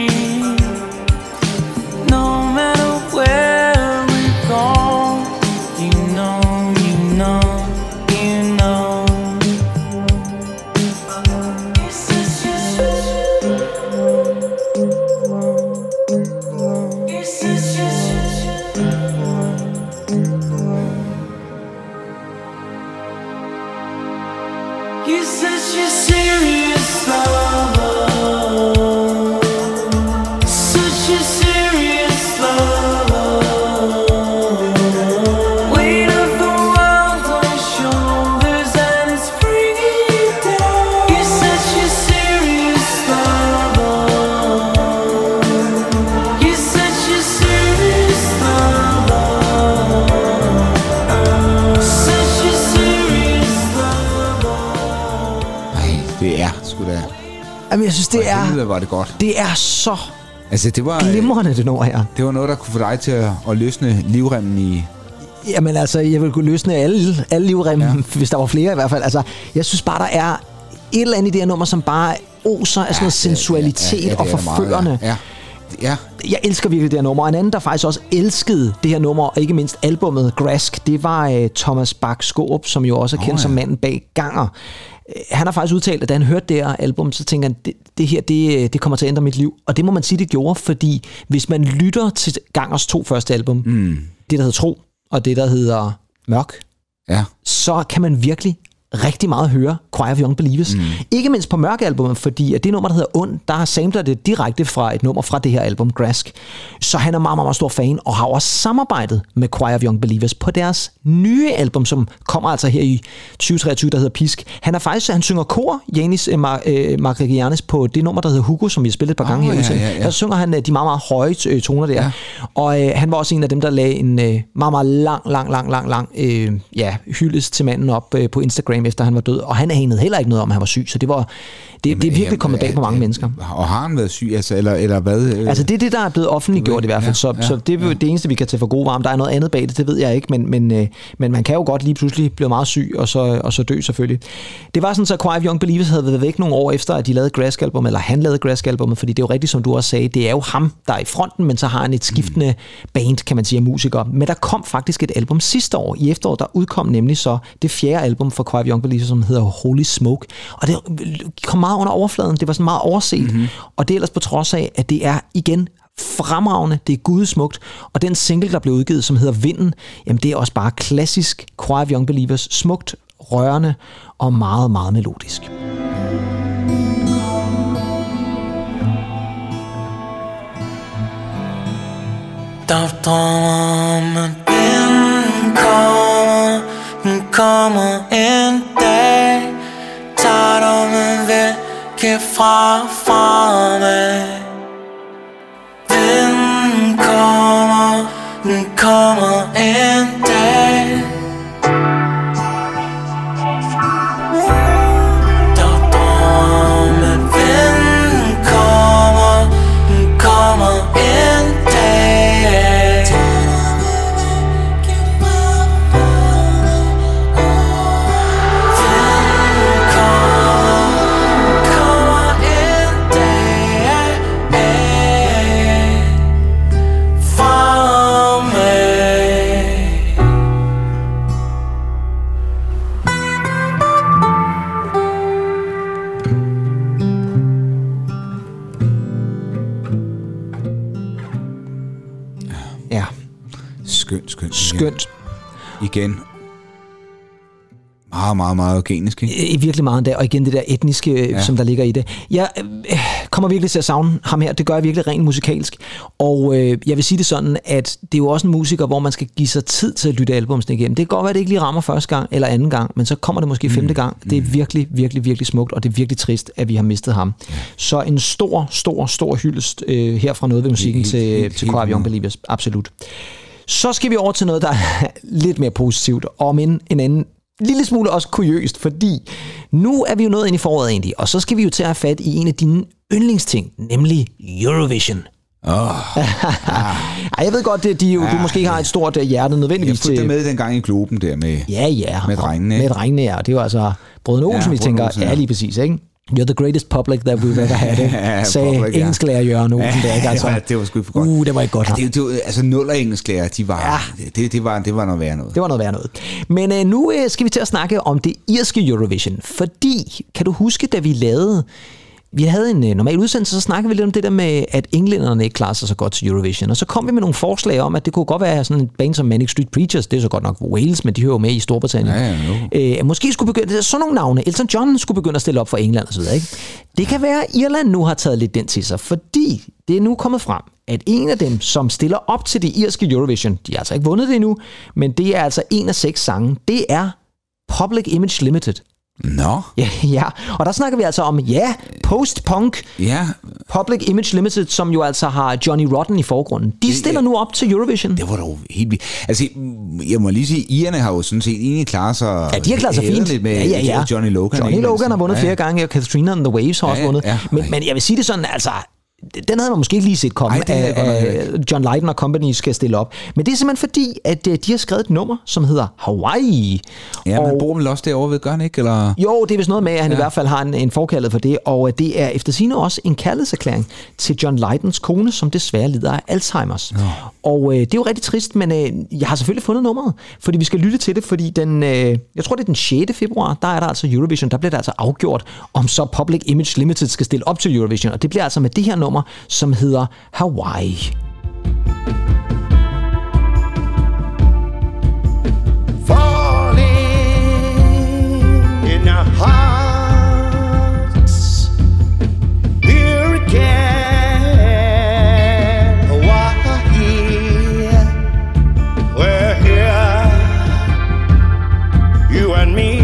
C: Jamen, jeg synes, det er...
D: var det godt.
C: Det er så
D: det var,
C: glimrende, det nummer her.
D: Det var noget, der kunne få dig til at løsne livremmen i...
C: Jamen altså, jeg ville kunne løsne alle livremmen, hvis der var flere i hvert fald. Altså, jeg synes bare, der er et eller andet i det her nummer, som bare oser af sådan noget sensualitet og forførende.
D: Ja.
C: Jeg elsker virkelig det her nummer. Og en anden, der faktisk også elskede det her nummer, og ikke mindst albummet Grask, det var Thomas Bach-Skaarup, som jo også er kendt som manden bag Ganger. Han har faktisk udtalt, at da han hørte det her album, så tænker han, det her, det kommer til at ændre mit liv. Og det må man sige, det gjorde, fordi hvis man lytter til Gangers 2 første album, det der hedder Tro, og det der hedder Mørk, så kan man virkelig rigtig meget høre Choir of Young Believers. Ikke mindst på Mørke-albumet, fordi at det nummer, der hedder Und, der samler det direkte fra et nummer fra det her album, Grask. Så han er meget, meget, meget stor fan, og har også samarbejdet med Choir of Young Believers på deres nye album, som kommer altså her i 2023, der hedder Pisk. Han synger kor, Janis Margrigianis, på det nummer, der hedder Hugo, som vi har spillet et par gange her. Der synger han de meget, meget høje toner der. Ja. Og han var også en af dem, der lagde en meget, meget lang hyldest til manden op på Instagram, efter han var død, og han anede heller ikke noget om, at han var syg, så det er virkelig kommet bag på mange mennesker.
D: Og har han været syg, altså, eller hvad?
C: Altså det er det, der er blevet offentliggjort i hvert fald, så det er det eneste, vi kan tage for god varme. Der er noget andet bag det ved jeg ikke, men man kan jo godt lige pludselig blive meget syg, og så dø selvfølgelig. Det var sådan, så Choir of Young Believers havde været væk nogle år efter, at de lavede Grask-album, eller han lavede Grask-albummet, fordi det er jo rigtigt, som du også sagde, det er jo ham, der er i fronten, men så har han et skiftende band, kan man sige, af musikere. Men der kom faktisk et album sidste år, i efteråret, der udkom nemlig så det 4. album for Choir of Young Believers, som hedder Holy Smoke, og det kom meget under overfladen, det var sådan meget overset, og det er ellers på trods af, at det er igen fremragende, det er gudsmukt, og den single, der blev udgivet, som hedder Vinden, jamen det er også bare klassisk Choir of Young Believers, smukt, rørende og meget, meget melodisk.
E: Der drømmer den kommer en dag, tager du mig væk fra mig. kommer en dag. Drømmen kommer en dag.
C: Skønt.
D: Igen. Meget organisk, ikke?
C: Virkelig meget der, og igen det der etniske, som der ligger i det. Jeg kommer virkelig til at savne ham her. Det gør jeg virkelig rent musikalsk. Og jeg vil sige det sådan, at det er jo også en musiker, hvor man skal give sig tid til at lytte albumsene igennem. Det kan godt være, at det ikke lige rammer første gang eller anden gang, men så kommer det måske femte gang. Det er virkelig, virkelig, virkelig smukt, og det er virkelig trist, at vi har mistet ham. Så en stor hyldest her fra Noget ved musikken til Choir of Young Believers. Absolut. Så skal vi over til noget, der er lidt mere positivt, og om en anden lille smule også kuriøst, fordi nu er vi jo nået ind i foråret egentlig, og så skal vi jo til at have fat i en af dine yndlingsting, nemlig Eurovision. Jeg ved godt, at du måske ikke har et stort hjerte nødvendigvis til...
D: Jeg fulgte med dengang i klubben der med drengene.
C: Med drengene, ja. Det var altså Brødrene Olsen, vi tænker, ja, lige præcis, ikke? You're the greatest public that we've ever had, sagde engelsklærer Jørgen Olsen der, ikke? Altså,
D: det var sgu for godt.
C: Det var ikke godt.
D: Altså 0 engelsklærer, de var, det var noget værre noget.
C: Det var noget værre noget. Men nu skal vi til at snakke om det irske Eurovision, fordi, kan du huske, da vi havde en normal udsendelse, så snakkede vi lidt om det der med, at englænderne ikke klarer sig så godt til Eurovision. Og så kom vi med nogle forslag om, at det kunne godt være sådan en band som Manic Street Preachers, det er så godt nok Wales, men de hører jo med i Storbritannien. Måske skulle begynde, sådan nogle navne, Elton John skulle begynde at stille op for England og så videre, ikke? Det kan være, at Irland nu har taget lidt den til sig, fordi det er nu kommet frem, at en af dem, som stiller op til det irske Eurovision, de har altså ikke vundet det endnu, men det er altså 1 af 6 sange, det er Public Image Limited.
D: Nå.
C: Ja, og der snakker vi altså om, post-punk, Public Image Limited, som jo altså har Johnny Rotten i forgrunden. De stiller nu op til Eurovision.
D: Det var dog helt vildt. Altså, jeg må lige sige, irerne har jo sådan set egentlig klaret sig...
C: Ja, de har klaret sig fint.
D: Lidt med Johnny Logan.
C: Johnny Logan har vundet flere gange, og Katrina and the Waves har også vundet. Men jeg vil sige det sådan, altså... Den havde man måske ikke lige set komme, at John Lydon og Company skal stille op. Men det er simpelthen fordi, at de har skrevet et nummer, som hedder Hawaii.
D: Ja, men bor vel også derovre ved, gør han ikke? Eller?
C: Jo, det er vist noget med, at han i hvert fald har en forkærlighed for det, og det er efter sigende også en kærlighedserklæring til John Lydons kone, som desværre lider af Alzheimers. Ja. Og det er jo rigtig trist, men jeg har selvfølgelig fundet nummeret, fordi vi skal lytte til det, fordi jeg tror det er den 6. februar, der er der altså Eurovision, der bliver der altså afgjort, om så Public Image Limited skal stille op til Eurovision, og det bliver altså med det her nummer, som hedder Hawaii.
E: Falling in our hearts, here again, Hawaii, we're here, you and me.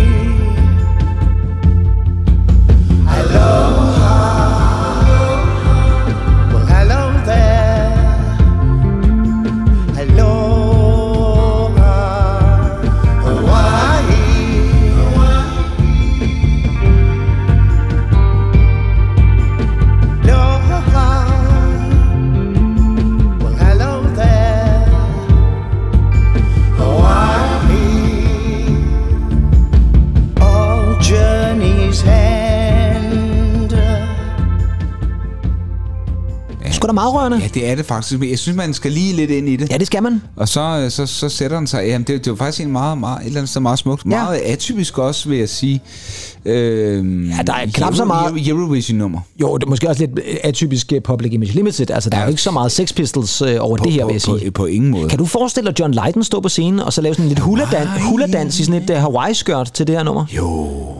C: sgu da meget rørende.
D: Ja, det er det faktisk. Jeg synes, man skal lige lidt ind i det.
C: Ja, det skal man.
D: Og så sætter den sig. Jamen, det var faktisk en meget, et eller andet sted meget smukt. Ja. Meget atypisk også, vil jeg sige.
C: Ja, der er knap så meget
D: Eurovision-nummer.
C: Jo, det er måske også lidt atypisk Public Image Limited. Altså, der er jo ikke så meget Sex Pistols over det her, vil jeg sige.
D: På ingen måde.
C: Kan du forestille dig John Lydon stå på scenen og så lave sådan en lidt hula-dans i sådan et Hawaii-skørt til det her nummer?
D: Jo.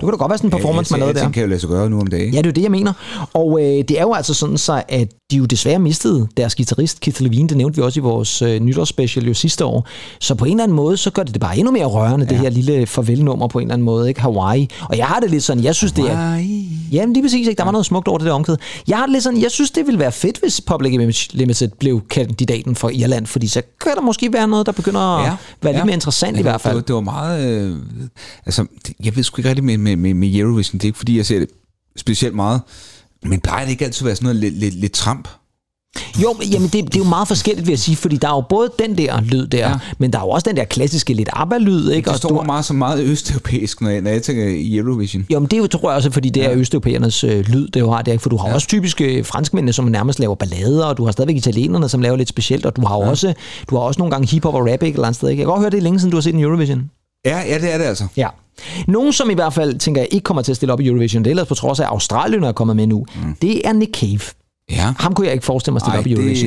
C: kan da godt være sådan en performance, man lavede der.
D: Jeg kan jo lade sig gøre nu om dagen.
C: Ja, det er det, jeg mener. Og det er jo altså sådan så, at de jo desværre mistede deres guitarist, Keith Levine. Det nævnte vi også i vores nytårsspecial jo sidste år. Så på en eller anden måde, så gør det bare endnu mere rørende, det her lille farvelnummer på en eller anden måde, ikke? Hawaii. Og jeg har det lidt sådan, jeg synes, det er... Jamen, lige præcis, ikke? Der var noget smukt over det der omkvæd. Jeg har det lidt sådan, jeg synes, det ville være fedt, hvis Public Image Limited blev kandidaten for Irland, fordi så kan der måske være noget, der begynder at være lidt mere interessant i hvert fald.
D: Det var meget... jeg ved sgu ikke rigtig med Eurovision. Det er ikke, fordi jeg ser det specielt meget. Men plejer det ikke altid at være sådan noget lidt tramp?
C: Jo, jamen det er jo meget forskelligt, vil jeg sige, fordi der er jo både den der lyd der, men der er jo også den der klassiske lidt ABBA-lyd, ikke?
D: Det står meget så meget østeuropæisk, når jeg tænker i Eurovision.
C: Jo, men det er jo, tror jeg også, fordi det er østeuropæernes lyd, det jo har det, for du har også typiske franskmændene, som nærmest laver ballader, og du har stadigvæk italienerne, som laver lidt specielt, og du har også nogle gange hiphop og rap et eller andet sted, ikke? Jeg kan godt høre, det er længe siden, du har set en Eurovision.
D: Ja, det er det altså.
C: Ja. Nogen, som i hvert fald, tænker jeg, ikke kommer til at stille op i Eurovision, det er ellers på trods af, at Australien er kommet med nu, det er Nick Cave.
D: Ja.
C: Ham kunne jeg ikke forestille mig at stille op i Eurovision.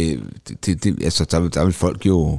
D: Altså, der vil folk jo...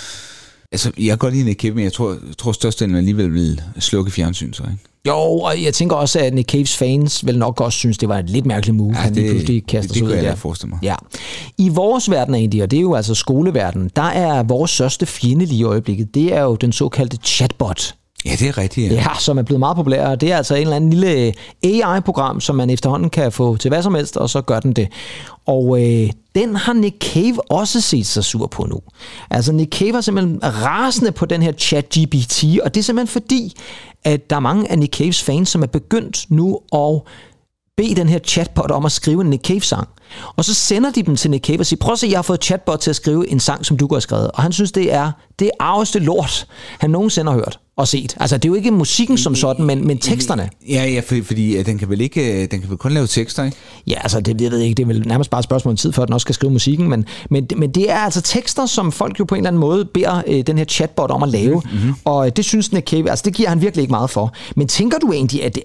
D: Altså, jeg kan godt lide Nick Cave, men jeg tror størstedelen alligevel vil slukke fjernsyn, så ikke?
C: Jo, og jeg tænker også, at Nick Caves fans vil nok også synes, det var et lidt mærkeligt move, han lige pludselig kaster sig ud i der.
D: Det kan jeg forestille mig.
C: Ja. I vores verden egentlig, og det er jo altså skoleverden, der er vores største fjende lige i øjeblikket, det er jo den såkaldte chatbot.
D: Ja, det er rigtigt,
C: ja, som er blevet meget populær. Det er altså en eller anden lille AI-program, som man efterhånden kan få til hvad som helst, og så gør den det. Og den har Nick Cave også set sig sur på nu. Altså Nick Cave er simpelthen rasende på den her ChatGPT, og det er simpelthen fordi, at der er mange af Nick Caves fans, som er begyndt nu at bede den her chatbot om at skrive en Nick Cave-sang. Og så sender de dem til Nick Cave og siger, prøv at se, jeg har fået chatbot til at skrive en sang, som du har skrevet. Og han synes, det er det arveste lort, han nogensinde har hørt og set. Altså, det er jo ikke musikken som sådan, men teksterne.
D: Ja, fordi den kan vel kun lave tekster, ikke?
C: Ja, altså, det ved jeg ikke. Det er vel nærmest bare et spørgsmål om tid, for at den også skal skrive musikken. Men det er altså tekster, som folk jo på en eller anden måde beder den her chatbot om at lave. Mm-hmm. Og det synes Nick Cave, altså det giver han virkelig ikke meget for. Men tænker du egentlig, at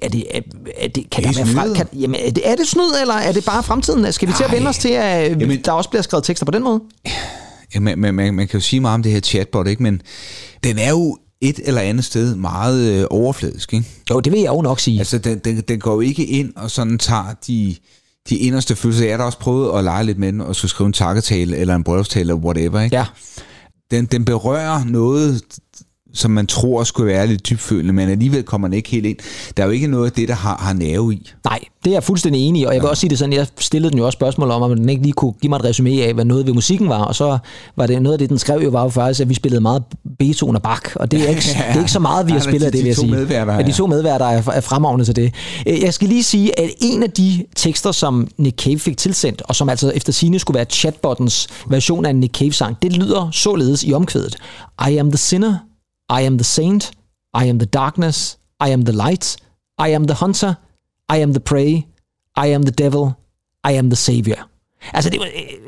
C: det kan der være jamen, er det snyd, eller er det bare fremtiden? Skal vi til at vende os til, at der også bliver skrevet tekster på den måde?
D: Ja, man kan jo sige meget om det her chatbot, ikke? Men den er jo et eller andet sted meget overfladisk, ikke?
C: Jo, det vil jeg jo nok sige.
D: Altså, den går jo ikke ind og sådan tager de inderste følelser. Jeg har da også prøvet at lege lidt med den, og skulle skrive en takketale, eller en bryllupstale, eller whatever, ikke?
C: Ja.
D: Den berører noget, som man tror skulle være lidt dybfølende, men alligevel kommer den ikke helt ind. Der er jo ikke noget af det, der har nerve i.
C: Nej, det er jeg fuldstændig enig i, og jeg vil også sige det sådan, jeg stillede den jo også spørgsmål om den ikke lige kunne give mig et resumé af, hvad noget ved musikken var, og så var det noget af det, den skrev jo, var jo faktisk, at vi spillede meget Beethoven og Bach, og det er ikke, det er ikke så meget, vi har spillet af det, vil jeg sige. De to medværter er fremragende til det. Jeg skal lige sige, at en af de tekster, som Nick Cave fik tilsendt, og som altså efter sigende skulle være chatbottens version af en Nick Cave-sang, det lyder således i omkvædet. I am the sinner, I am the saint, I am the darkness, I am the light, I am the hunter, I am the prey, I am the devil, I am the savior. Altså, det var,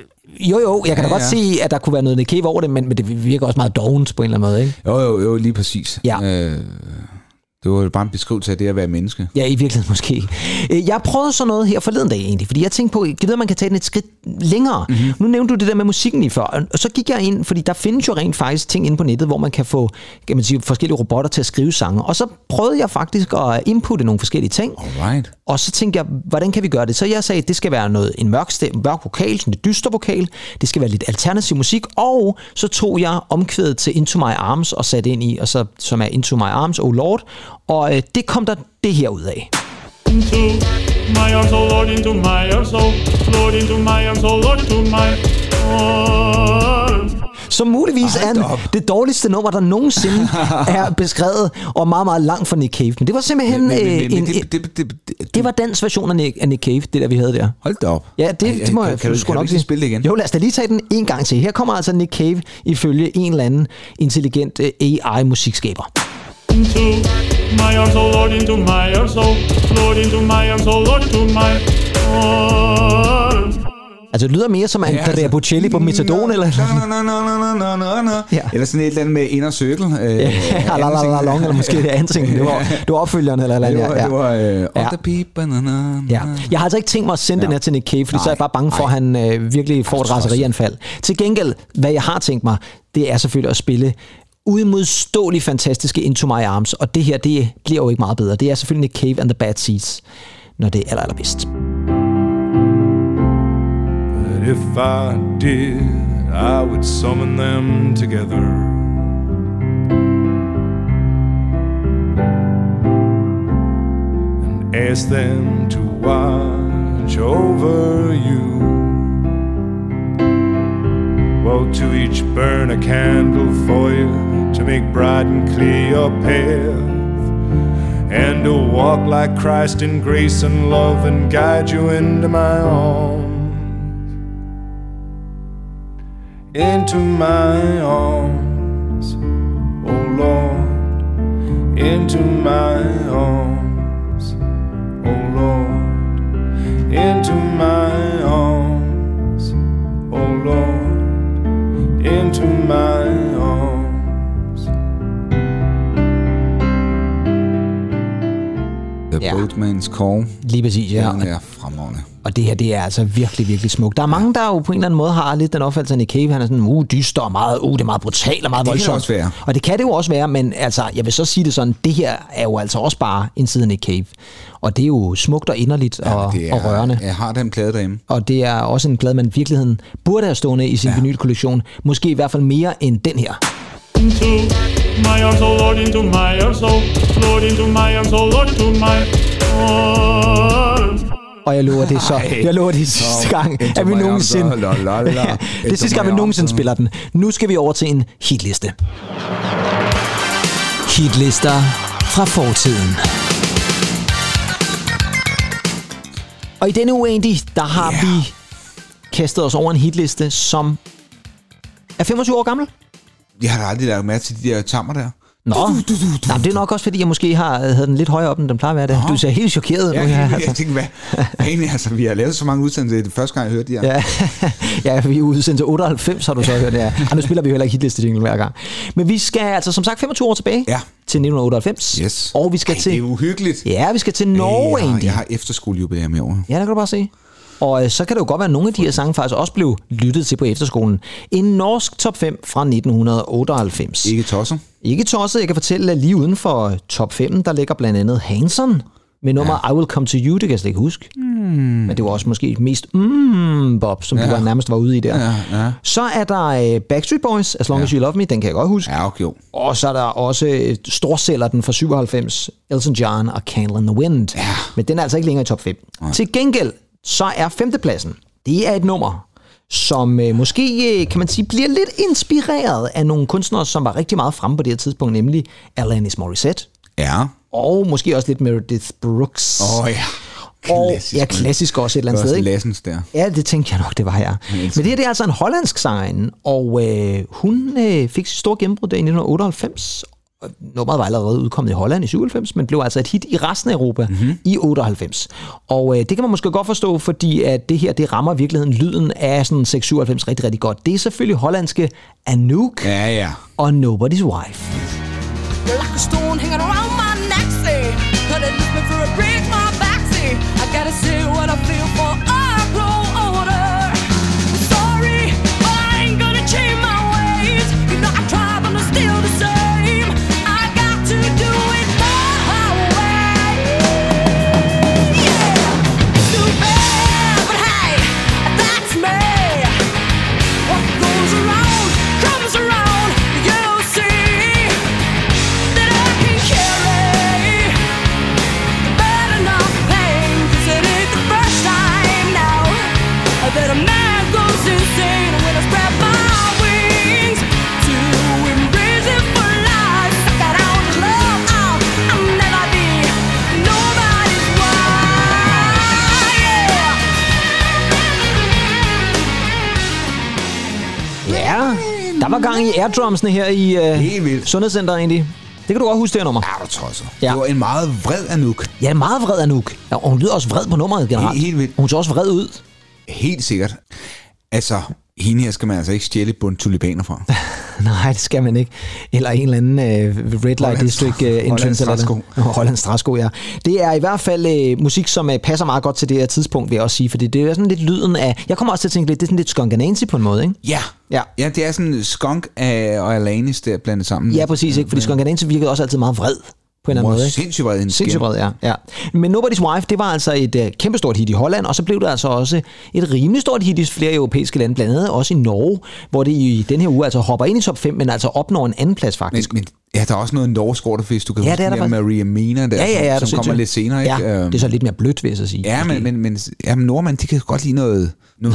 C: jeg kan da godt se, at der kunne være noget Nick Cave over det, men det virker også meget dovent på en eller anden måde, ikke?
D: Jo, lige præcis.
C: Ja.
D: Det var bare en beskrivelse af det at være menneske.
C: Ja, i virkeligheden måske. Jeg prøvede så noget her forleden dag egentlig, fordi jeg tænkte på, at man kan tage den et skridt længere. Mm-hmm. Nu nævnte du det der med musikken lige før, og så gik jeg ind, fordi der findes jo rent faktisk ting inde på nettet, hvor man kan få, kan man sige, forskellige robotter til at skrive sange. Og så prøvede jeg faktisk at inputte nogle forskellige ting.
D: Alright.
C: Og så tænkte jeg, hvordan kan vi gøre det? Så jeg sagde, at det skal være en mørk vokal, sådan et dyster vokal. Det skal være lidt alternativ musik. Og så tog jeg omkvædet til Into My Arms og satte ind i, og så, som er Into My Arms, Oh Lord. Og det kom der det her ud af.
H: Into my arms, oh Lord, into my arms, oh Lord, into my arms, oh Lord, into my arms.
C: Som muligvis er det dårligste nummer, der nogensinde er beskrevet, og meget, meget langt fra Nick Cave. Men det var simpelthen det var dens version af Nick Cave, det der vi havde der.
D: Hold da op.
C: Ja, det må jeg sgu nok sige.
D: Spille det igen?
C: Jo, lad os da lige tage den en gang til. Her kommer altså Nick Cave ifølge en eller anden intelligent AI-musikskaber.
H: Into my arms, oh Lord, into my arms, oh Lord, into my arms, oh Lord, into my arms.
C: Altså, det lyder mere som Andrea Bocelli på Metadon, eller?
D: Ja. Eller sådan et eller andet med Inner Circle.
C: Long, eller måske det andet ting. Det var opfølgeren, eller andet.
D: Det var On the People.
C: Ja. Jeg har altså ikke tænkt mig at sende den her til Nick Cave, fordi så er jeg bare bange for, at han virkelig får et raserianfald. Til gengæld, hvad jeg har tænkt mig, det er selvfølgelig at spille uimodståeligt fantastiske Into My Arms, og det her, det bliver jo ikke meget bedre. Det er selvfølgelig Nick Cave and the Bad Seeds, når det er allerbedst.
F: But if I did, I would summon them together. And ask them to watch over you. Well, to each burn a candle for you, to make bright and clear your path, and to walk like Christ in grace and love and guide you into my arms. Into my arms, oh Lord, into my arms, oh Lord, into my arms, oh Lord, into my arms.
D: The Boatman's Call.
C: Lige præcis, ja.
D: Den er fremragende.
C: Og det her, det er altså virkelig, virkelig smukt. Der er mange, der jo på en eller anden måde har lidt den opfattelse af Nick Cave. Han er sådan, dyster og meget, det er meget brutalt og meget voldsomt.
D: Det kan også være.
C: Og det kan det jo også være, men altså, jeg vil så sige det sådan, det her er jo altså også bare en side af Nick Cave. Og det er jo smukt og inderligt og rørende.
D: Jeg har den plade derhjemme.
C: Og det er også en plade, man i virkeligheden burde have stående i sin vinylkollektion. Måske i hvert fald mere end den her.
H: Into my arms, oh Lord, into my arms, oh Lord, into my arms, oh Lord, into my arms.
C: Og jeg lover det så. Jeg lover det sidste gang, at vi nogensinde... Det er sidste gang, vi nogensinde spiller den. Nu skal vi over til en hitliste. Hitlister fra fortiden. Og i denne uge, Andy, der har vi kastet os over en hitliste, som er 25 år gammel.
D: Jeg har aldrig lavet mærke til de der tammer der.
C: Nå, nej, det er nok også, fordi jeg måske havde den lidt højere op, end den plejer at være. Du ser helt chokeret nu.
D: Jeg tænker, hvad? Egentlig, altså, vi har lavet så mange udsendelser, det er første gang, jeg hørte de her.
C: Ja, vi er udsendt til 98, har du så hørt det her. Og nu spiller vi heller ikke hitliste-jingle hver gang. Men vi skal altså, som sagt, 25 år tilbage til 1998.
D: Yes.
C: Og vi skal til...
D: det er uhyggeligt.
C: Ja, vi skal til Norge, egentlig.
D: Jeg har efterskolejubilæum i år.
C: Ja, det kan du bare se. Og så kan det jo godt være, at nogle af de her sange faktisk også blev lyttet til på efterskolen. En norsk top 5 fra 1998.
D: Ikke tosset.
C: Ikke tosset. Jeg kan fortælle, at lige uden for top 5, der ligger blandt andet Hanson med nummer I Will Come To You. Det kan jeg slet ikke huske. Men det var også måske mest Bob, som du nærmest var ude i der.
D: Ja.
C: Så er der Backstreet Boys, As Long As You Love Me. Den kan jeg godt huske.
D: Ja, okay.
C: Og så er der også storsælger fra 97, Elton John og Candle in the Wind. Ja. Men den er altså ikke længere i top 5. Ja. Til gengæld, så er 5. pladsen, det er et nummer, som måske, kan man sige, bliver lidt inspireret af nogle kunstnere, som var rigtig meget fremme på det her tidspunkt, nemlig Alanis Morissette. Ja. Og måske også lidt Meredith Brooks. Klassisk også et eller andet sted, ikke?
D: Lassens der.
C: Ja, det tænkte jeg nok, det var her. Men det er altså en hollandsk sangerinde, og hun fik sit store gennembrud der i 1998. Nummeret var allerede udkommet i Holland i 97, men blev altså et hit i resten af Europa i 98. Og det kan man måske godt forstå, fordi at det her, det rammer virkeligheden lyden af sådan 697 rigtig, rigtig godt. Det er selvfølgelig hollandske Anouk og Nobody's Wife.
I: You're like a stone hanging around my neck, say. Gonna lift me for a break my back, say. I gotta say what I feel for I grow older. Sorry, but I ain't gonna change my ways. You know I try, but I'm still the same. I got to do it my way. Yeah, too bad, but hey, that's me. What goes around comes around. You see. That a man goes insane when I spread my wings to embrace it for life. Suck that out, club out. I'll never be nobody's wife.
C: Ja, der var gang i airdrumsene her i Sundhedscenteret egentlig. Det kan du godt huske, det her nummer.
D: Ja, du tror så. Ja. Det var en meget vred Anouk.
C: Ja, en meget vred Anouk. Og hun lyder også vred på nummeret generelt.
D: Helt vildt.
C: Hun så også vred ud.
D: Helt sikkert. Altså, Hende her skal man altså ikke stjæle bund tulipaner fra.
C: Nej, det skal man ikke. Eller en eller anden Red Light District entrance. Hollands Strasko, ja. Det er i hvert fald musik, som passer meget godt til det her tidspunkt, vil jeg også sige. Fordi det er sådan lidt lyden af... Jeg kommer også til at tænke lidt, det er sådan lidt Skunk and Nancy på en måde, ikke?
D: Ja, det er sådan Skunk og Alanis der blandet sammen.
C: Ja, præcis, ikke? Fordi Skunk and Nancy virkede også altid meget vred. På en eller anden måde, ikke?
D: Sindssygt vred,
C: ja. Men Nobody's Wife, det var altså et kæmpestort hit i Holland, og så blev det altså også et rimelig stort hit i flere europæiske lande, blandt andet også i Norge, hvor det i den her uge altså hopper ind i top 5, men altså opnår en anden plads faktisk.
D: Men ja, der er også noget norsk orderfest, du kan huske der Maria Mina der, som kommer lidt senere. Ikke?
C: Ja, det er så lidt mere blødt, vil jeg så sige.
D: Ja, men nordmænd, de kan godt lide noget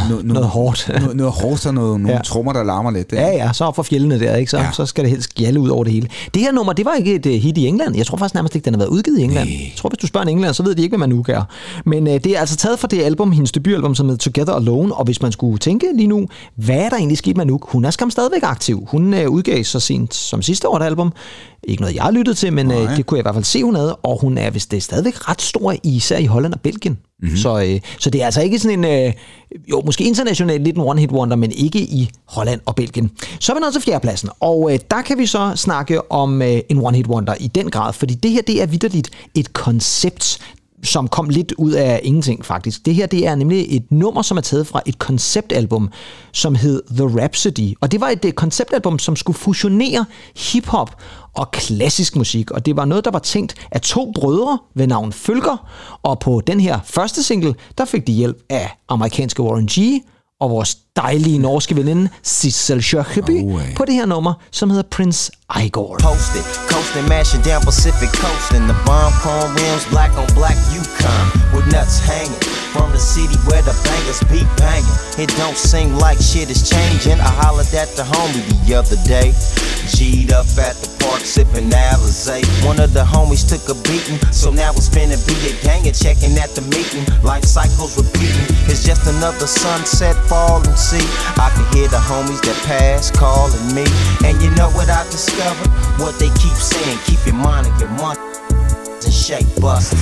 C: hårdt.
D: noget hårdt og nogle trommer, der larmer lidt.
C: Ja, så op for fjellene der, ikke? Så skal det helst gjalde ud over det hele. Det her nummer, det var ikke et hit i England. Jeg tror faktisk nærmest ikke, den har været udgivet i England. Jeg tror, hvis du spørger en englænder, så ved de ikke, hvad Manouk er. Men det er altså taget fra det album, hendes debutalbum, som hedder Together Alone. Og hvis man skulle tænke lige nu, hvad er der egentlig sket med Manouk? Hun er skam stadigvæk aktiv. Hun udgav så sent som sidste år et album. Ikke noget, jeg har lyttet til, men det kunne jeg i hvert fald se, hun havde. Og hun er vist stadigvæk ret stor, især i Holland og Belgien. Mm-hmm. Så det er altså ikke sådan en, måske internationalt lidt en one-hit wonder, men ikke i Holland og Belgien. Så er vi nået til fjerdepladsen, og der kan vi så snakke om en one-hit wonder i den grad, fordi det her, det er vitterligt et koncept, som kom lidt ud af ingenting faktisk. Det her, det er nemlig et nummer, som er taget fra et konceptalbum, som hed The Rhapsody. Og det var et konceptalbum, som skulle fusionere hiphop og klassisk musik. Og det var noget, der var tænkt af to brødre ved navn Følger. Og på den her første single, der fik de hjælp af amerikanske Warren G. og vores dejlige norske veninde Sissel Kyrkjebø på det her nummer, som hedder Prince Igor.
J: Posted, coasting, mashing down Pacific coast in the bomb corn rims, black on black Yukon with nuts hanging from the city where the bangers be banging. It don't seem like shit is changing. I hollered at the homie the other day, G'd up at the park sipping Alizé. One of the homies took a beating, so now it's finna be a gang and checking at the meeting. Life cycles repeating, it's just another sunset falling. See, I can hear the homies that pass calling me, and you know what I discovered? What they keep saying, keep your mind and your money and shake busters.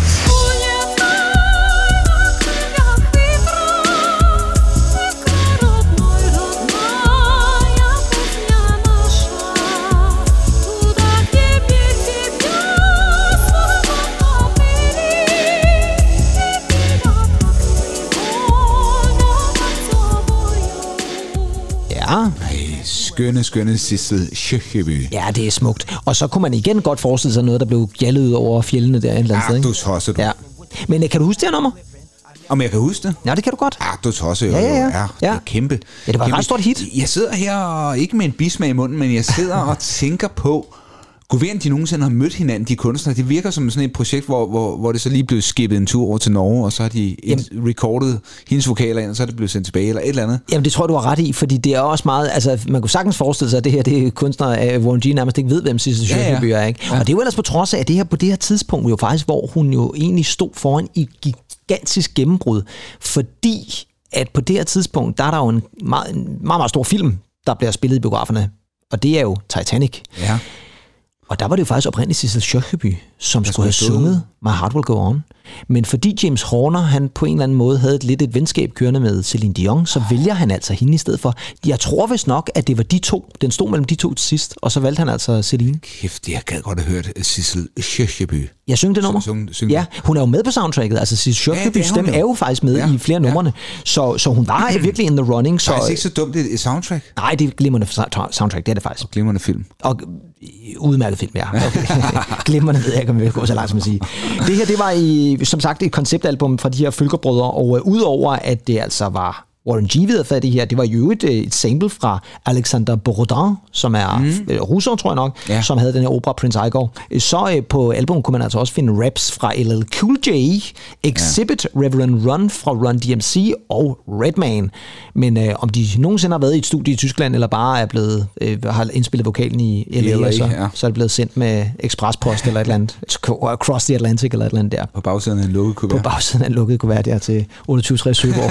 D: Skønne Sissel Kyrkjebø.
C: Ja, det er smukt. Og så kunne man igen godt forestille sig noget, der blev gjaldet ud over fjellene der et eller andet sted, ikke?
D: Du tosser, du.
C: Ja. Men kan du huske det her nummer?
D: Om jeg kan huske det?
C: Ja, det kan du godt.
D: Du tosser jo. Ja. Det er kæmpe.
C: Ja, det var et ret stort hit.
D: Jeg sidder her, ikke med en bismag i munden, men jeg sidder og tænker på, Gud de nogensinde har mødt hinanden, de kunstnere. Det virker som sådan et projekt, hvor det så lige blev skippet en tur over til Norge, og så har de recordet hendes vokaler ind, og så er det blevet sendt tilbage, eller et eller andet.
C: Jamen, det tror jeg, du har ret i, fordi det er også meget... Altså, man kunne sagtens forestille sig, at det her, det er kunstnere af Warren G. nærmest ikke ved, hvem Sissel Kyrkjebø er, ikke? Ja. Og det er jo ellers på trods af, at det her på det her tidspunkt, jo faktisk, hvor hun jo egentlig stod foran i gigantisk gennembrud, fordi at på det her tidspunkt, der er der jo en meget stor film, der bliver spillet i biograferne, og det er jo Titanic.
D: Ja.
C: Og der var det jo faktisk oprindeligt Sissel Kyrkjebø, som skulle have sunget My Heart Will Go On. Men fordi James Horner, han på en eller anden måde havde et venskab kørende med Celine Dion, så vælger han altså hende i stedet for. Jeg tror vist nok, at det var de to. Den stod mellem de to til sidst, og så valgte han altså Celine.
D: Kæft, jeg gad godt have hørt Sissel Kyrkjebø.
C: Jeg syng det nummer. Ja, hun er jo med på soundtracket. Altså Sissel Kyrkjebøs stemme er jo faktisk med i flere numrene. Så hun var virkelig in the running.
D: Så det er ikke så dumt et soundtrack?
C: Nej, det er glimrende soundtrack, det er det faktisk.
D: Og glimrende film.
C: Og udmærket film, ja. Okay. Glimrende ved jeg ikke, om vi vil gå så langt som at sige. Det her, det var som sagt et konceptalbum fra de her Følgerbrødre, og udover at det altså var Warren G. ved det her, det var jo et sample fra Alexander Borodin, som er russer, tror jeg nok, som havde den her opera Prince Igor. Så på albumet kunne man altså også finde raps fra LL Cool J, Exhibit, Reverend Run fra Run DMC og Redman. Men om de nogensinde har været i et studie i Tyskland, eller bare er blevet, har indspillet vokalen i LA så er det blevet sendt med eksprespost eller et eller andet, across the Atlantic eller et eller andet der.
D: På bagsiden af en lukket kuvert.
C: På bagsiden af en lukket kuvert der til 28-60 Søborg.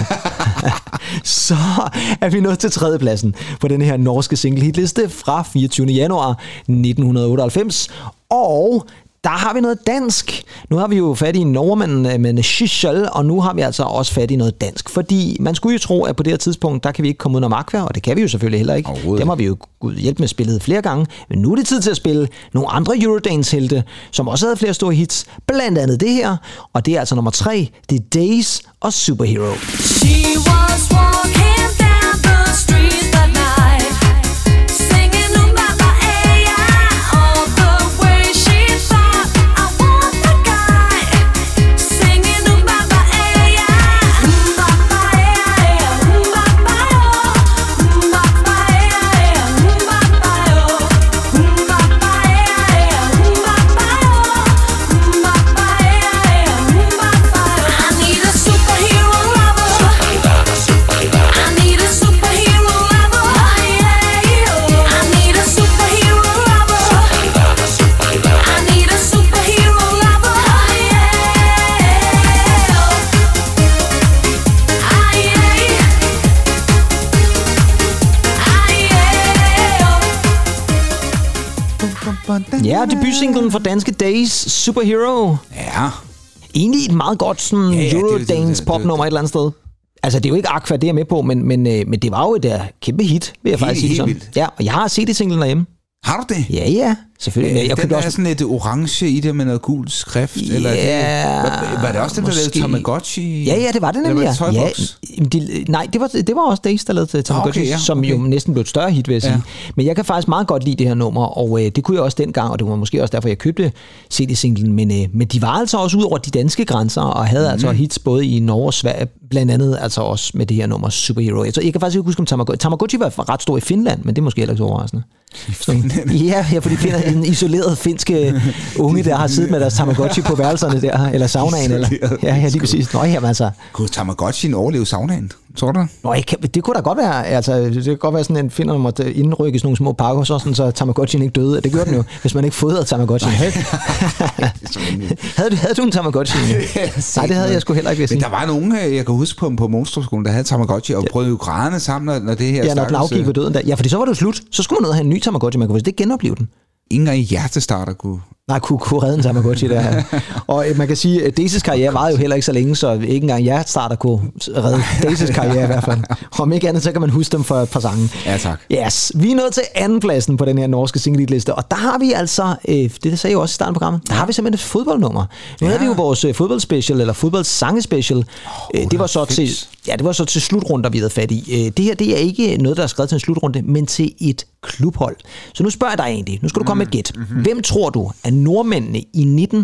C: Så er vi nået til tredjepladsen på den her norske single hitliste fra 24. januar 1998. Og der har vi noget dansk. Nu har vi jo fat i nordmanden med Shishal, og nu har vi altså også fat i noget dansk. Fordi man skulle jo tro, at på det her tidspunkt, der kan vi ikke komme ud af Aqua, og det kan vi jo selvfølgelig heller ikke. Dem har vi jo gud hjælp med spillet flere gange. Men nu er det tid til at spille nogle andre Eurodance-helte, som også havde flere store hits. Blandt andet det her, og det er altså nummer 3. Det er Days og Superhero.
I: She was walking down the street that night, singing Umbaba Aya, all the way she thought I want the guy, singing Umbaba Aya, Umbaba Aya, Umbaba yo, Umbaba Aya, Umbaba yo, Umbaba Aya, Umbaba yo, Umbaba Aya, Umbaba yo. I need a superhero lover. I need a superhero lover. I need a superhero lover. I need a superhero lover.
C: Ja, debutsinglen for danske Days, Superhero.
D: Ja.
C: Egentlig et meget godt sådan Eurodance popnummer et eller andet sted. Altså, det er jo ikke Aqua, det er jeg med på, men det var jo et kæmpe hit, vil jeg faktisk sige det sådan. Ja, og jeg har CD-singlen derhjemme.
D: Har du det?
C: Ja, selvfølgelig.
D: Jeg købte også sådan et orange i det med noget gul skrift.
C: Ja,
D: eller det, var det også den, der lavede Tamagotchi?
C: Ja, det var det nemlig. Ja, nej, det var også Days, der lavede Tamagotchi, som jo næsten blev et større hit, vil jeg sige. Men jeg kan faktisk meget godt lide det her nummer, og det kunne jeg også dengang, og det var måske også derfor, jeg købte CD-singlen. Men de var altså også ud over de danske grænser, og havde altså hits både i Norge og Sverige, blandt andet altså også med det her nummer Superhero. Så jeg kan faktisk ikke huske om Tamagotchi. Tamagotchi var ret stor i Finland, men det er måske heller ikke så overraskende. Ja, for de finder en isoleret finske unge, der har siddet med deres Tamagotchi på værelserne der, eller saunaen, eller ja, lige præcis. Nå, jamen altså.
D: Kunne Tamagotchien overleve saunaen, tror du?
C: Nå, det kunne da godt være, altså, det kan godt være sådan en finder, der måtte indrykkes nogle små pakker, så Tamagotchien ikke døde. Det gjorde den jo, hvis man ikke fodrede Tamagotchien. Havde du en Tamagotchi? Nej, det havde jeg sgu heller ikke.
D: Men der var nogen, jeg kan huske på Monsterskolen, der havde Tamagotchi, og prøvede jo grædende sammen, når det her
C: ja, når den afgik på døden der. Ja, fordi så var det jo slut. Så skulle man nødt have en ny Tamagotchi, man kunne vist ikke genopleve den.
D: Ingen gang i hjertestarter kunne
C: redde en Tamagotchi der. Og man kan sige, at Daisys karriere varede jo heller ikke så længe, så ikke engang hjertestarter kunne redde Daisys karriere i hvert fald. Om ikke andet, så kan man huske dem for et par sange.
D: Ja, tak.
C: Yes, vi er nået til andenpladsen på den her norske single-liste, og der har vi altså, det sagde jeg jo også i starten af programmet, der har vi simpelthen et fodboldnummer. Nu havde vi jo vores fodboldspecial, eller fodboldsange-special. Det var så til slutrunder, vi havde fat i. Det her, det er ikke noget, der er skrevet til en slutrunde, men til et klubhold. Så nu spørger jeg dig egentlig, nu skal du komme med et gæt. Hvem tror du, at nordmændene i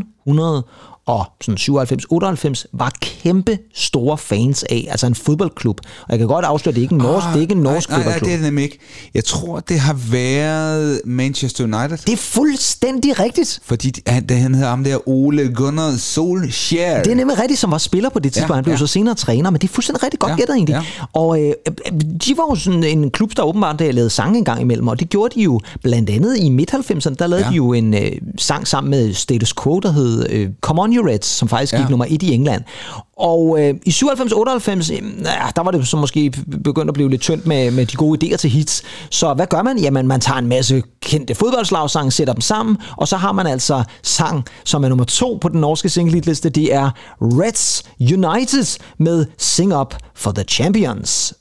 C: 1997-98 var kæmpe store fans af, altså en fodboldklub? Og jeg kan godt afsløre, at det ikke er en norsk fodboldklub. Nej,
D: det er det nemlig ikke. Jeg tror, det har været Manchester United.
C: Det er fuldstændig rigtigt.
D: Fordi han hedder ham der Ole Gunnar Solskjaer.
C: Det er nemlig rigtigt, som var spiller på det tidspunkt. Han blev så senere træner, men det er fuldstændig rigtig godt gættet egentlig. Ja. Og de var jo sådan en klub, der åbenbart lavede sange en gang imellem, og det gjorde de jo blandt andet i midt-90'erne. Der lavede de jo en sang sammen med Status Quo, der hed Come On You Reds, som faktisk gik nummer 1 i England. Og i 97-98, der var det så måske begyndt at blive lidt tyndt med de gode idéer til hits. Så hvad gør man? Jamen, man tager en masse kendte fodboldslagsange, sætter dem sammen, og så har man altså sang, som er nummer 2 på den norske single-liste. Det er Reds United med Sing Up for the Champions.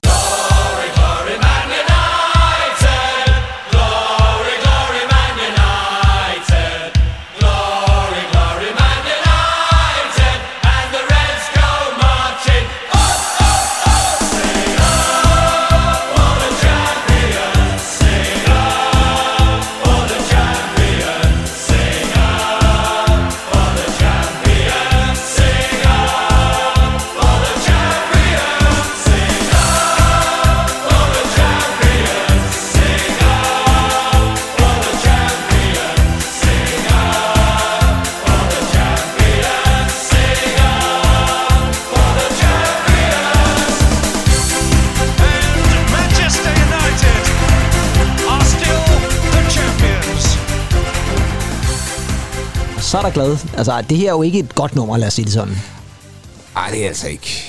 C: Så er der glad. Altså, det her er jo ikke et godt nummer, lad os sige det sådan.
D: Ej, det er altså ikke.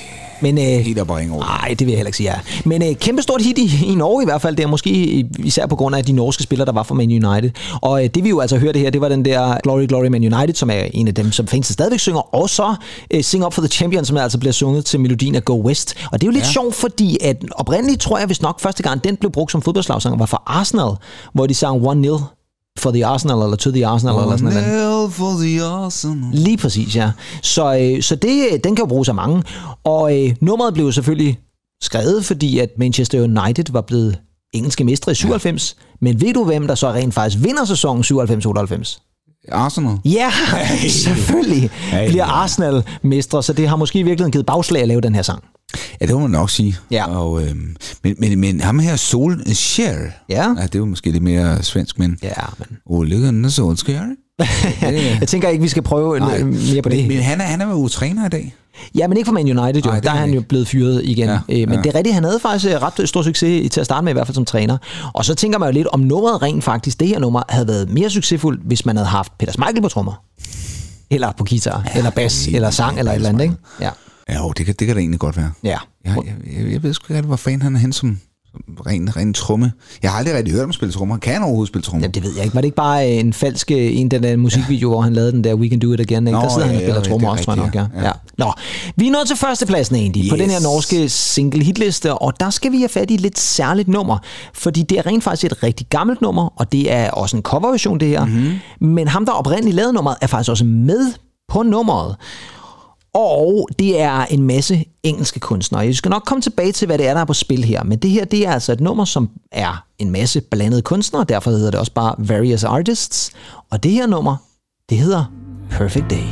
C: Men,
D: helt at bringe over.
C: Nej, det vil jeg heller ikke sige, ja. Men kæmpestort hit i Norge i hvert fald. Det er måske især på grund af de norske spillere, der var for Man United. Og det vi jo altså hørte her, det var den der Glory Glory Man United, som er en af dem, som fængsel stadigvæk synger. Og så Sing Up for the Champion, som altså bliver sunget til melodien af Go West. Og det er jo lidt sjovt, fordi at oprindeligt tror jeg, hvis nok første gang den blev brugt som fodboldslagsang, var for Arsenal, hvor de sang 1-0 for the Arsenal, eller to the Arsenal, eller sådan noget.
D: For the Arsenal.
C: Lige præcis, ja. Så den kan jo bruges af mange. Og nummeret blev selvfølgelig skrevet, fordi at Manchester United var blevet engelske mestre i 97. Men ved du, hvem der så rent faktisk vinder sæsonen 97-98?
D: Arsenal?
C: Ja, selvfølgelig bliver Arsenal mestre, så det har måske i virkeligheden givet bagslag at lave den her sang.
D: Ja, det må man nok sige.
C: Ja.
D: Og, men ham her, Solskjaer, ja, det er jo måske lidt mere svensk, men...
C: Ja, men...
D: Lykken Solskjaer.
C: Jeg tænker ikke, vi skal prøve mere på det.
D: Men han er jo træner i dag.
C: Ja, men ikke for Man United, jo. Der er han jo blevet fyret igen. Men det er rigtigt, han havde faktisk ret stor succes til at starte med, i hvert fald som træner. Og så tænker man jo lidt, om nummeret rent faktisk, det her nummer, havde været mere succesfuldt, hvis man havde haft Peter Schmeichel på trommer. Eller på guitar, eller bas, eller sang, eller et eller andet, ikke? Ja.
D: Ja, det kan det egentlig godt være.
C: Ja.
D: Jeg ved sgu ikke rigtig, hvor fanden han er hen som ren tromme. Jeg har aldrig rigtig hørt ham spille trommer. Kan han overhovedet spille trommer?
C: Jamen, det ved jeg ikke. Var det ikke bare en falsk den der musikvideo, hvor han lavede den der We Can Do It Again? Ikke? Der sidder han og spiller trommer også, tror jeg nok. Ja. Nå, vi er nået til førstepladsen egentlig på den her norske single hitliste, og der skal vi have fat i et lidt særligt nummer, fordi det er rent faktisk et rigtig gammelt nummer, og det er også en coverversion, det her. Mm-hmm. Men ham, der oprindeligt lavede nummeret, er faktisk også med på nummeret. Og det er en masse engelske kunstnere. Jeg skal nok komme tilbage til, hvad det er, der er på spil her. Men det her, det er altså et nummer, som er en masse blandede kunstnere. Derfor hedder det også bare Various Artists. Og det her nummer, det hedder Perfect Day.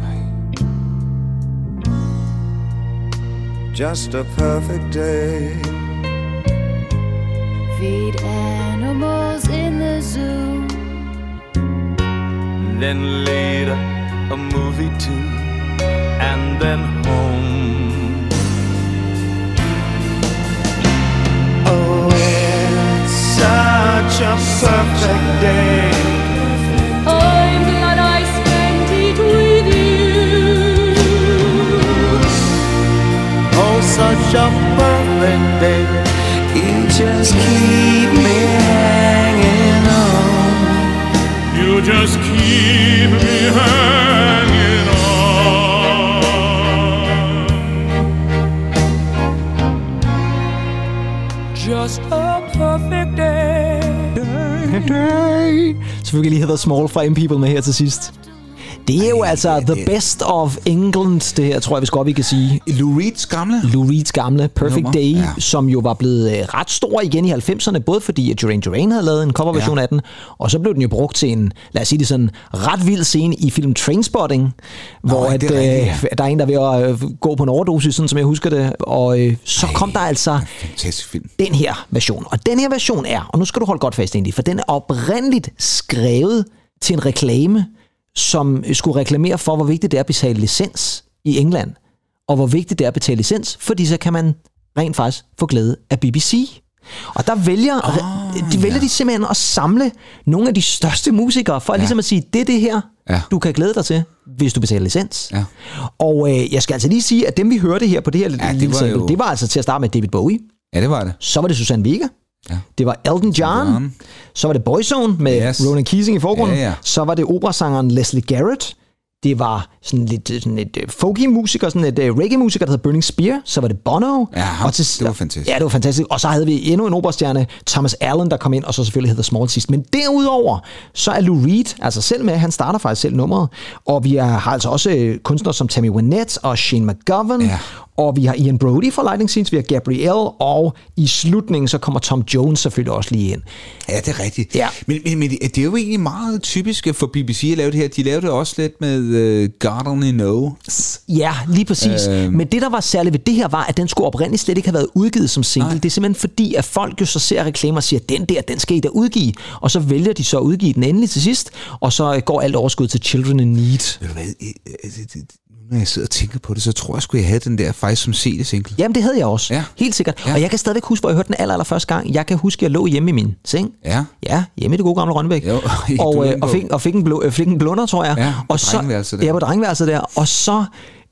E: Just a perfect day.
K: Feed animals in the zoo.
F: Then later a movie too. And then home.
E: Oh, it's such a perfect day.
I: I'm glad I spent it with you.
E: Oh, such a perfect day. You just keep me hanging on.
H: You just keep me hanging on.
I: Just a perfect day.
C: Selvfølgelig lige hedder Small fra M-People med her til sidst. Det er jo altså The Best of England, det her, tror jeg, vi kan sige.
D: Lou Reeds gamle
C: Perfect
D: nummer.
C: Day, som jo var blevet ret stor igen i 90'erne, både fordi at Duran Duran havde lavet en coverversion af den, og så blev den jo brugt til en, lad os sige det sådan, ret vild scene i film Trainspotting, hvor at, der er en, der er ved at gå på en overdosis, sådan som jeg husker det, og så kom der altså den her version. Og den her version er, og nu skal du holde godt fast egentlig, for den er oprindeligt skrevet til en reklame, som skulle reklamere for, hvor vigtigt det er at betale licens i England, og hvor vigtigt det er at betale licens, fordi så kan man rent faktisk få glæde af BBC. Og der vælger de simpelthen at samle nogle af de største musikere, for ligesom at sige, det er det her, du kan glæde dig til, hvis du betaler licens. Ja. Og jeg skal altså lige sige, at dem vi hørte her på det her det var altså til at starte med David Bowie.
D: Ja, det var det.
C: Så var det Susanne Vega. Ja. Det var Elton John. Så var det Boyzone med Ronan Keating i forgrunden. Ja. Så var det operasangeren Leslie Garrett. Det var sådan lidt folky musiker, sådan et reggae-musiker, der hedder Burning Spear. Så var det Bono.
D: Ja, det var fantastisk.
C: Ja, det var fantastisk. Og så havde vi endnu en operastjerne, Thomas Allen, der kom ind, og så selvfølgelig hedder Small sidst. Men derudover, så er Lou Reed, altså selv med, han starter faktisk selv nummeret. Og vi har altså også kunstnere som Tammy Wynette og Shane McGovern. Ja. Og vi har Ian Brody fra Lightning Scenes, vi har Gabrielle, og i slutningen så kommer Tom Jones selvfølgelig også lige ind.
D: Ja, det er rigtigt. Ja. Men det er jo egentlig meget typisk for BBC at lave det her. De lavede det også lidt med God Only Knows.
C: Ja, lige præcis. Men det, der var særligt ved det her, var, at den skulle oprindeligt slet ikke have været udgivet som single. Nej. Det er simpelthen fordi, at folk jo så ser reklamer og siger, den skal I da udgive. Og så vælger de så at udgive den endelig til sidst, og så går alt overskud til Children in Need.
D: Ved du hvad? Når jeg sidder og tænker på det, så tror jeg sgu, jeg havde den der faktisk som CD-single.
C: Jamen, det havde jeg også. Ja. Helt sikkert. Ja. Og jeg kan stadigvæk huske, hvor jeg hørte den allerførste gang. Jeg kan huske, at jeg lå hjemme i min seng. Ja. Ja, hjemme i det gode gamle Rønnebæk. Og fik en blunder, tror jeg.
D: Ja,
C: og så, på drengeværelset der. Og så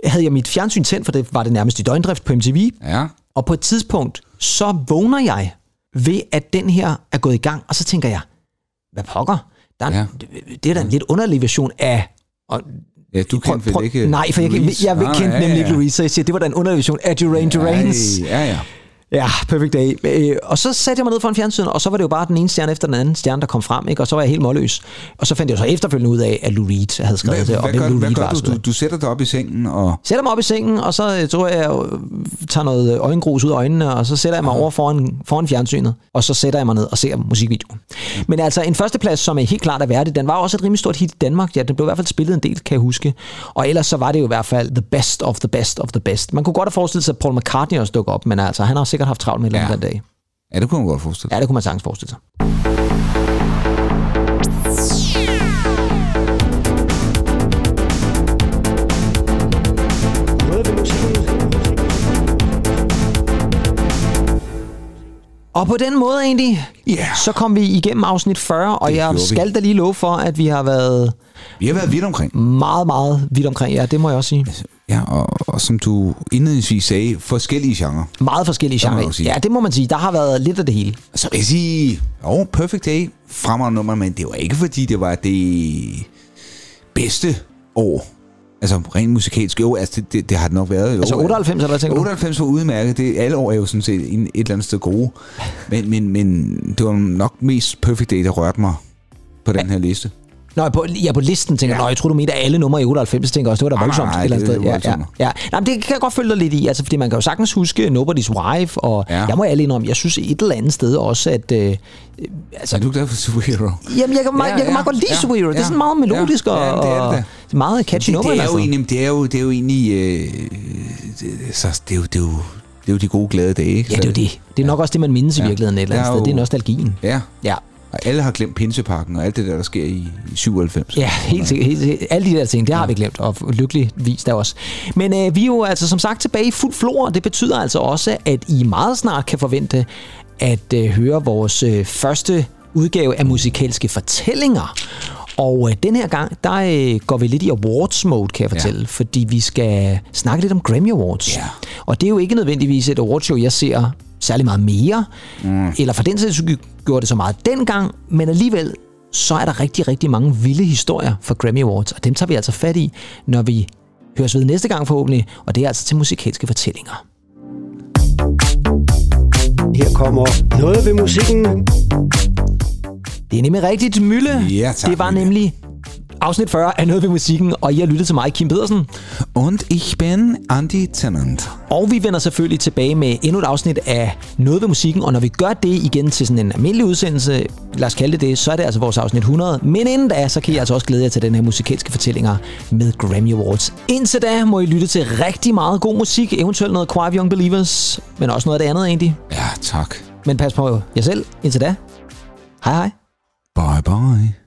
C: havde jeg mit fjernsyn tændt, for det var det nærmest i døgndrift på MTV.
D: Ja.
C: Og på et tidspunkt, så vågner jeg ved, at den her er gået i gang, og så tænker jeg, hvad pokker? Det er da en lidt underlig version af...
D: Ja, du kendte vel ikke...
C: Nej, for jeg kendte nemlig ikke Louise, så jeg siger, det var da en underlig version af Durains.
D: Ja.
C: Ja, Perfect Day. Og så satte jeg mig ned foran fjernsynet, og så var det jo bare den ene stjerne efter den anden stjerne, der kom frem, ikke? Og så var jeg helt målløs. Og så fandt jeg så efterfølgende ud af, at Lou Reed havde skrevet det.
D: Hvad gør du? Du sætter dig op i sengen og...
C: Sætter mig op i sengen, og så tror jeg tager noget øjengrus ud af øjnene, og så sætter jeg mig over foran fjernsynet, og så sætter jeg mig ned og ser musikvideoen. Men altså, en førsteplads, som er helt klart er værdig, den var også et rimelig stort hit i Danmark. Ja, den blev i hvert fald spillet en del, kan jeg huske. Og ellers så var det jo i hvert fald the best of the best of the best. Man kunne godt have forestillet sig, at Paul McCartney også dukker op, men altså, han har sikkert haft travlt med det den dag.
D: Ja, det kunne man godt forestille sig.
C: Ja, det kunne man sagtens forestille sig. Og på den måde egentlig, så kom vi igennem afsnit 40, og jeg skal da lige love for, at vi har været...
D: Vi har været vidt omkring.
C: Meget, meget vidt omkring, ja, det må jeg også sige.
D: Ja, og som du indledningsvis sagde, forskellige genrer.
C: Meget forskellige genrer. Ja, det må man sige. Der har været lidt af det hele.
D: Så vil jeg sige, Perfect Day, fremragende nummer, men det var ikke fordi, det var det bedste år. Altså rent musikalsk, jo, altså det har det nok været. Jo.
C: Altså 98, eller hvad tænker du?
D: 98 var udmærket, alle år er jo sådan set et eller andet sted gode. Men det var nok mest Perfect Day, der rørte mig på den her liste.
C: Nå, på listen tænker jeg, jeg tror du mener alle numre i 98, tænker jeg også, det var da voldsomt.
D: Nej,
C: eller andet ja. Nej, men det kan jeg godt følge dig lidt i, altså fordi man kan jo sagtens huske Nobody's Wife, og jeg må ærlig indrømme, jeg synes et eller andet sted også, at...
D: altså, er du glad for Superhero?
C: Jamen, jeg kan meget godt lide Superhero. Det er sådan meget melodisk og meget catchy nummer.
D: Det er jo egentlig... Det er jo de gode glade dage, ikke?
C: Ja, det er jo det. Det er nok også det, man mindes i virkeligheden et eller andet sted. Det er nostalgien.
D: Ja. Og alle har glemt Pinseparken og alt det der sker i 97.
C: Ja, helt sikkert. Alle de der ting, det har vi glemt, og lykkeligvis der også. Men vi er jo altså som sagt tilbage i fuld flor, og det betyder altså også, at I meget snart kan forvente at høre vores første udgave af musikalske fortællinger. Og den her gang, der går vi lidt i awards mode, kan jeg fortælle, fordi vi skal snakke lidt om Grammy Awards.
D: Ja.
C: Og det er jo ikke nødvendigvis et awardshow, jeg ser særlig meget mere, eller for den sags skyld gjorde det så meget dengang, men alligevel så er der rigtig, rigtig mange vilde historier for Grammy Awards, og dem tager vi altså fat i, når vi høres ved næste gang forhåbentlig, og det er altså til musikalske fortællinger.
L: Her kommer noget ved musikken.
C: Det er nemlig rigtigt, Mølle.
D: Ja, tak,
C: det var nemlig afsnit 40 af Noget ved musikken, og I har lyttet til mig, Kim Pedersen.
D: Und ich bin Andy Tennant.
C: Og vi vender selvfølgelig tilbage med endnu et afsnit af Noget ved musikken, og når vi gør det igen til sådan en almindelig udsendelse, lad os kalde det, så er det altså vores afsnit 100. Men inden da, så kan I altså også glæde jer til den her musikalske fortællinger med Grammy Awards. Indtil da må I lytte til rigtig meget god musik, eventuelt noget Choir of Young Believers, men også noget af det andet egentlig.
D: Ja, tak.
C: Men pas på jer selv indtil da. Hej hej.
D: Bye bye.